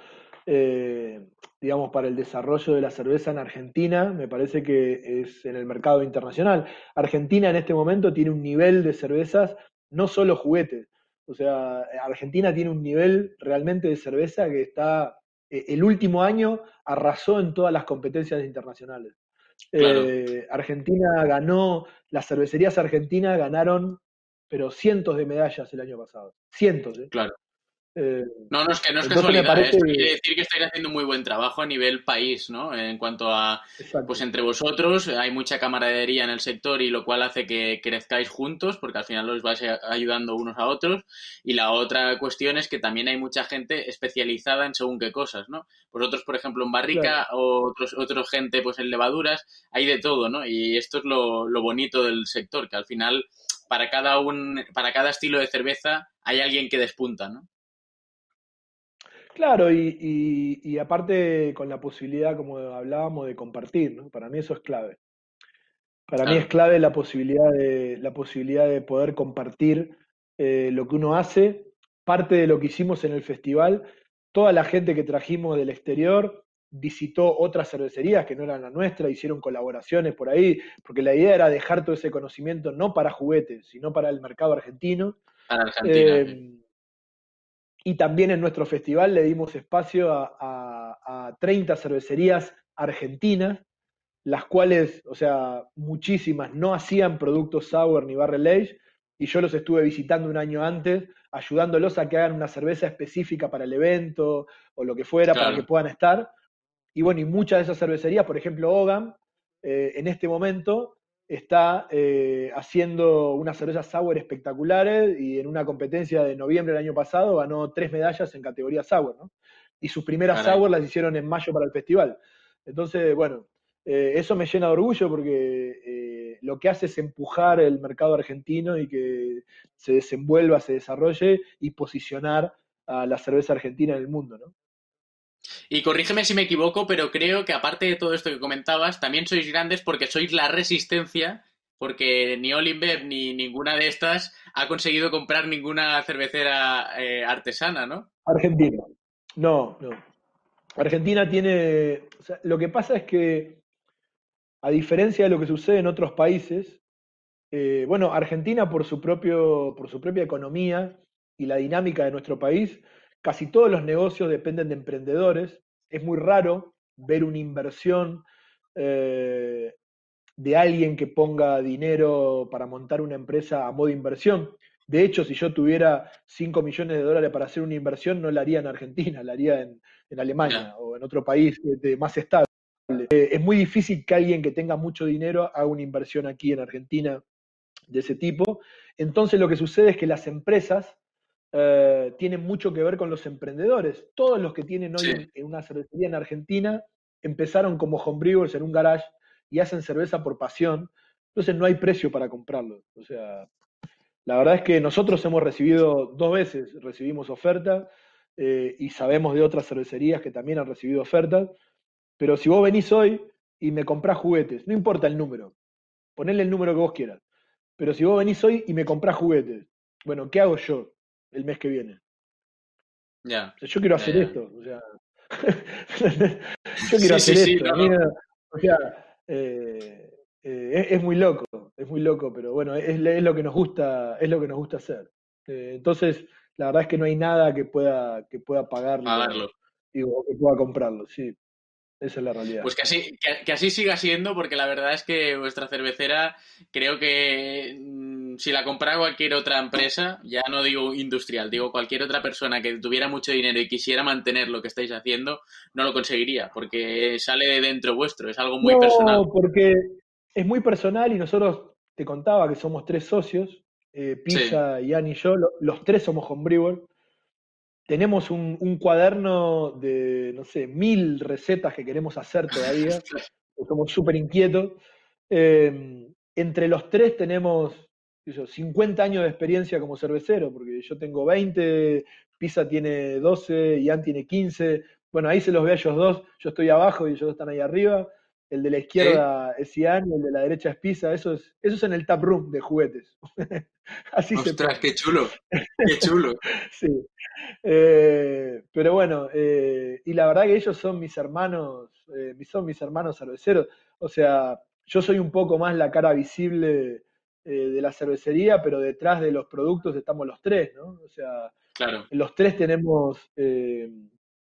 eh, digamos, para el desarrollo de la cerveza en Argentina. Me parece que es en el mercado internacional. Argentina en este momento tiene un nivel de cervezas, no solo juguetes. O sea, Argentina tiene un nivel realmente de cerveza que está, eh, el último año arrasó en todas las competencias internacionales. Claro. Eh, Argentina ganó, las cervecerías argentinas ganaron, pero cientos de medallas el año pasado. Cientos, ¿eh? Claro. Eh, No, no es que no es entonces me casualidad, ¿eh? parece. Esto quiere decir que estáis haciendo muy buen trabajo a nivel país, ¿no? En cuanto a, Exacto. pues entre vosotros hay mucha camaradería en el sector y lo cual hace que crezcáis juntos porque al final os vais ayudando unos a otros. Y la otra cuestión es que también hay mucha gente especializada en según qué cosas, ¿no? Vosotros, por ejemplo, en barrica, Claro. o otros, otra gente pues en levaduras, hay de todo, ¿no? Y esto es lo, lo bonito del sector, que al final para cada un, para cada estilo de cerveza hay alguien que despunta, ¿no? Claro, y, y- y aparte con la posibilidad, como hablábamos, de compartir, ¿no? Para mí eso es clave. Para mí es Claro. clave la posibilidad de, la posibilidad de poder compartir eh, lo que uno hace. Parte de lo que hicimos en el festival, toda la gente que trajimos del exterior visitó otras cervecerías que no eran la nuestra, hicieron colaboraciones por ahí, porque la idea era dejar todo ese conocimiento no para juguetes, sino para el mercado argentino. Para Argentina, Eh, sí. y también en nuestro festival le dimos espacio a, a- a treinta cervecerías argentinas, las cuales, o sea, muchísimas no hacían productos sour ni barrel age, y yo los estuve visitando un año antes, ayudándolos a que hagan una cerveza específica para el evento o lo que fuera, para que Claro. puedan estar. Y bueno, y muchas de esas cervecerías, por ejemplo, Ogam, eh, en este momento está eh, haciendo unas cervezas sour espectaculares y en una competencia de noviembre del año pasado ganó tres medallas en categoría sour, ¿no? Y sus primeras Caray. sour las hicieron en mayo para el festival. Entonces, bueno, eh, eso me llena de orgullo porque eh, lo que hace es empujar el mercado argentino y que se desenvuelva, se desarrolle y posicionar a la cerveza argentina en el mundo, ¿no? Y corrígeme si me equivoco, pero creo que aparte de todo esto que comentabas, también sois grandes porque sois la resistencia, porque ni All InBev ni ninguna de estas ha conseguido comprar ninguna cervecera eh, artesana, ¿no? Argentina. No, no. Argentina tiene... O sea, lo que pasa es que, a diferencia de lo que sucede en otros países, eh, bueno, Argentina por su propio, por su propia economía y la dinámica de nuestro país, casi todos los negocios dependen de emprendedores. Es muy raro ver una inversión eh, de alguien que ponga dinero para montar una empresa a modo de inversión. De hecho, si yo tuviera cinco millones de dólares para hacer una inversión, no la haría en Argentina, la haría en, en Alemania yeah. o en otro país de, más estable. Eh, es muy difícil que alguien que tenga mucho dinero haga una inversión aquí en Argentina de ese tipo. Entonces lo que sucede es que las empresas eh, tienen mucho que ver con los emprendedores. Todos los que tienen hoy sí. en, en una cervecería en Argentina empezaron como homebrewers en un garage y hacen cerveza por pasión. Entonces no hay precio para comprarlo. O sea, la verdad es que nosotros hemos recibido dos veces, recibimos ofertas eh, y sabemos de otras cervecerías que también han recibido ofertas, pero si vos venís hoy y me comprás juguetes, no importa el número, ponele el número que vos quieras, pero si vos venís hoy y me comprás juguetes, bueno, ¿qué hago yo el mes que viene? Ya. O sea, yo quiero hacer yeah. esto, o sea, yo quiero sí, hacer sí, esto, sí, no, no. o sea, eh, eh, es, es muy loco, es muy loco, pero bueno, es, es lo que nos gusta, es lo que nos gusta hacer. Eh, entonces, la verdad es que no hay nada que pueda, que pueda pagarlo, pagarlo. Digo, que pueda comprarlo, sí. Esa es la realidad. Pues que así, que, que así siga siendo, porque la verdad es que vuestra cervecera, creo que mmm, si la comprara cualquier otra empresa, ya no digo industrial, digo cualquier otra persona que tuviera mucho dinero y quisiera mantener lo que estáis haciendo, no lo conseguiría, porque sale de dentro vuestro, es algo muy no, personal. No, porque es muy personal y nosotros, te contaba que somos tres socios, eh, Pisa, sí. Ian y yo, lo, los tres somos homebrewers. Tenemos un, un cuaderno de, no sé, mil recetas que queremos hacer todavía. Somos súper inquietos. Eh, entre los tres tenemos eso, cincuenta años de experiencia como cervecero, porque yo tengo veinte, Pisa tiene doce, Ian tiene quince. Bueno, ahí se los ve a ellos dos. Yo estoy abajo y ellos dos están ahí arriba. El de la izquierda ¿Sí? es Ian y el de la derecha es Pisa. Eso es, eso es en el tap room de juguetes. Así Ostras, se qué chulo. Qué chulo. Sí. Eh, pero bueno, eh, y la verdad que ellos son mis hermanos, eh, son mis hermanos cerveceros. O sea, yo soy un poco más la cara visible eh, de la cervecería, pero detrás de los productos estamos los tres, ¿no? O sea, claro. los tres tenemos eh,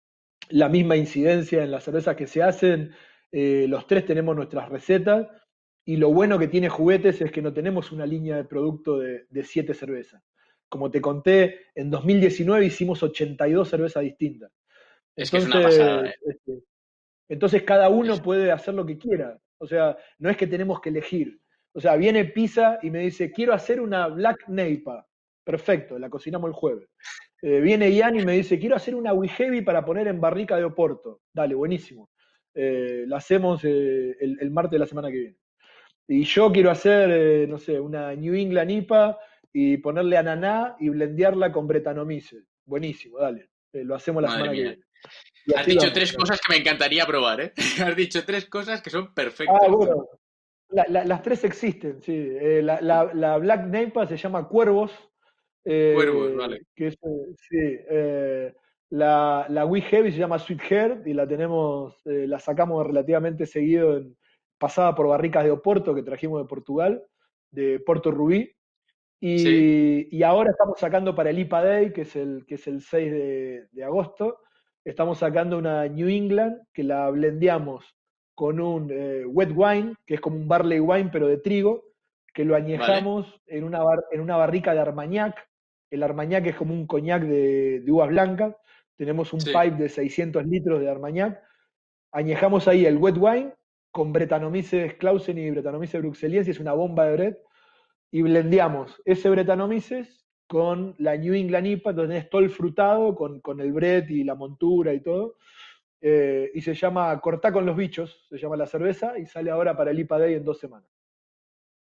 la misma incidencia en las cervezas que se hacen, eh, los tres tenemos nuestras recetas, y lo bueno que tiene Juguetes es que no tenemos una línea de producto de, de siete cervezas. Como te conté, en dos mil diecinueve hicimos ochenta y dos cervezas distintas. Es entonces, que es una pasada, ¿eh? este, entonces cada uno puede hacer lo que quiera. O sea, no es que tenemos que elegir. O sea, viene Pisa y me dice, quiero hacer una Black Neipa. Perfecto, la cocinamos el jueves. Eh, viene Ian y me dice, quiero hacer una Wee Heavy para poner en barrica de Oporto. Dale, buenísimo. Eh, la hacemos eh, el, el martes de la semana que viene. Y yo quiero hacer, eh, no sé, una New England I P A y ponerle ananá y blendearla con Brettanomyces. Buenísimo, dale. Eh, lo hacemos la Madre semana mía. que viene. Has dicho vamos, tres claro. cosas que me encantaría probar, ¿eh? Has dicho tres cosas que son perfectas. Ah, bueno. La, la, las tres existen, sí. Eh, la, la, la Black Neipa se llama Cuervos. Eh, Cuervos, vale. Que es, sí, eh, la, la Wee Heavy se llama Sweet Heart y la tenemos, eh, la sacamos relativamente seguido en, pasada por barricas de Oporto que trajimos de Portugal, de Porto Rubí, y, sí. y ahora estamos sacando para el I P A Day, que es el, que es el seis de, de agosto, estamos sacando una New England que la blendeamos con un eh, wet wine, que es como un barley wine pero de trigo, que lo añejamos vale. en, una bar, en una barrica de Armagnac. El Armagnac es como un coñac de, de uvas blancas, tenemos un sí. pipe de seiscientos litros de Armagnac, añejamos ahí el wet wine, con Brettanomyces Clausen y Brettanomyces bruxellensis, es una bomba de Brett, y blendeamos ese Brettanomyces con la New England I P A, donde es todo el frutado, con, con el Brett y la montura y todo, eh, y se llama Cortá con los bichos, se llama la cerveza, y sale ahora para el I P A Day en dos semanas.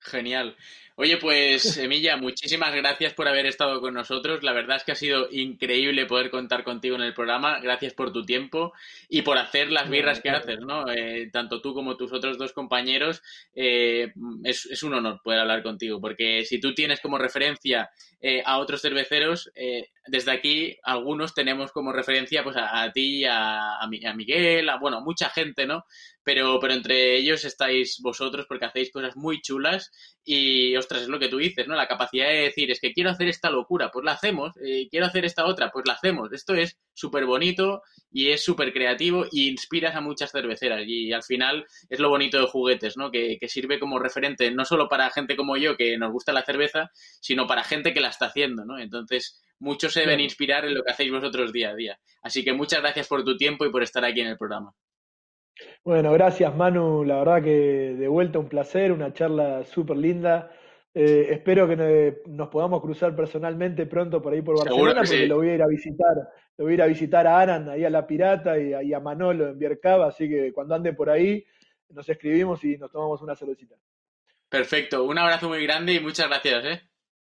Genial. Oye, pues, Emilia, muchísimas gracias por haber estado con nosotros. La verdad es que ha sido increíble poder contar contigo en el programa. Gracias por tu tiempo y por hacer las birras que haces, ¿no? Eh, tanto tú como tus otros dos compañeros. Eh, es, es un honor poder hablar contigo, porque si tú tienes como referencia eh, a otros cerveceros, eh, desde aquí algunos tenemos como referencia pues a, a ti, a, a Miguel, a, bueno, mucha gente, ¿no? Pero, pero entre ellos estáis vosotros porque hacéis cosas muy chulas y, ostras, es lo que tú dices, ¿no? La capacidad de decir, es que quiero hacer esta locura, pues la hacemos, eh, quiero hacer esta otra, pues la hacemos. Esto es súper bonito y es súper creativo y inspiras a muchas cerveceras y al final es lo bonito de Juguetes, ¿no? Que, que sirve como referente no solo para gente como yo que nos gusta la cerveza, sino para gente que la está haciendo, ¿no? Entonces, muchos se deben inspirar en lo que hacéis vosotros día a día. Así que muchas gracias por tu tiempo y por estar aquí en el programa. Bueno, gracias Manu, la verdad que de vuelta un placer, una charla súper linda. Eh, espero que nos podamos cruzar personalmente pronto por ahí por Barcelona, porque sí. lo voy a ir a visitar, lo voy a ir a visitar a Aran, ahí a La Pirata y a, y a Manolo en Biercaba, así que cuando ande por ahí nos escribimos y nos tomamos una cervecita. Perfecto, un abrazo muy grande y muchas gracias, ¿eh?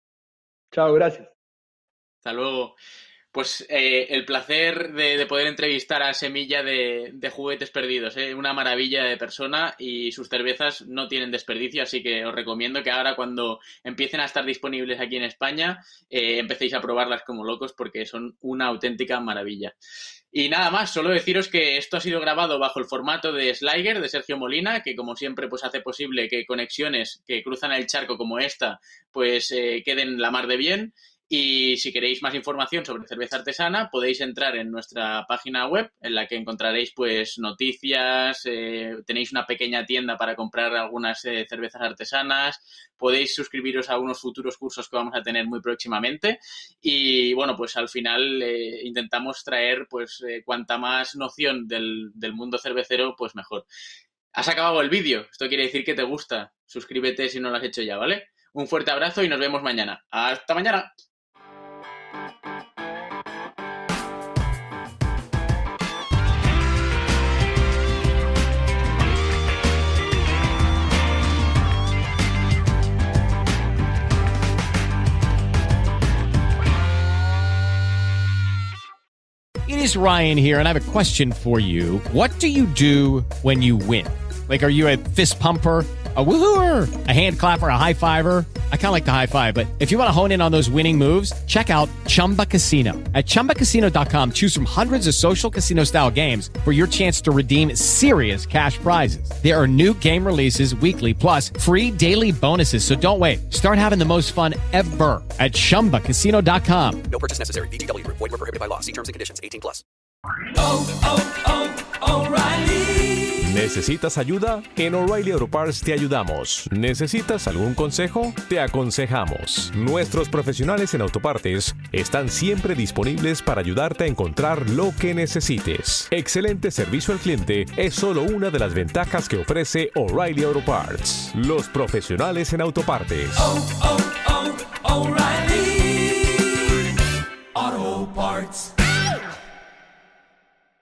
Chao, gracias. Hasta luego. Pues eh, el placer de, de poder entrevistar a Semilla de, de Juguetes Perdidos, ¿eh? Una maravilla de persona y sus cervezas no tienen desperdicio, así que os recomiendo que ahora cuando empiecen a estar disponibles aquí en España eh, empecéis a probarlas como locos porque son una auténtica maravilla. Y nada más, solo deciros que esto ha sido grabado bajo el formato de Sliger de Sergio Molina, que como siempre pues hace posible que conexiones que cruzan el charco como esta pues eh, queden la mar de bien. Y si queréis más información sobre cerveza artesana, podéis entrar en nuestra página web, en la que encontraréis pues noticias, eh, tenéis una pequeña tienda para comprar algunas eh, cervezas artesanas, podéis suscribiros a unos futuros cursos que vamos a tener muy próximamente y bueno, pues al final eh, intentamos traer pues eh, cuanta más noción del, del mundo cervecero, pues mejor. Has acabado el vídeo, esto quiere decir que te gusta, suscríbete si no lo has hecho ya, ¿vale? Un fuerte abrazo y nos vemos mañana. ¡Hasta mañana! It is Ryan here, and I have a question for you. What do you do when you win? Like, are you a fist pumper, a woohooer, a hand clapper, a high fiver? I kind of like the high five, but if you want to hone in on those winning moves, check out Chumba Casino. At Chumba Casino dot com, choose from hundreds of social casino-style games for your chance to redeem serious cash prizes. There are new game releases weekly, plus free daily bonuses, so don't wait. Start having the most fun ever at Chumba Casino dot com. No purchase necessary. V G W. Void where prohibited by law. See terms and conditions. eighteen plus. Oh, oh, oh, O'Reilly. ¿Necesitas ayuda? En O'Reilly Auto Parts te ayudamos. ¿Necesitas algún consejo? Te aconsejamos. Nuestros profesionales en autopartes están siempre disponibles para ayudarte a encontrar lo que necesites. Excelente servicio al cliente es solo una de las ventajas que ofrece O'Reilly Auto Parts. Los profesionales en autopartes. Oh, oh, oh, O'Reilly Auto Parts.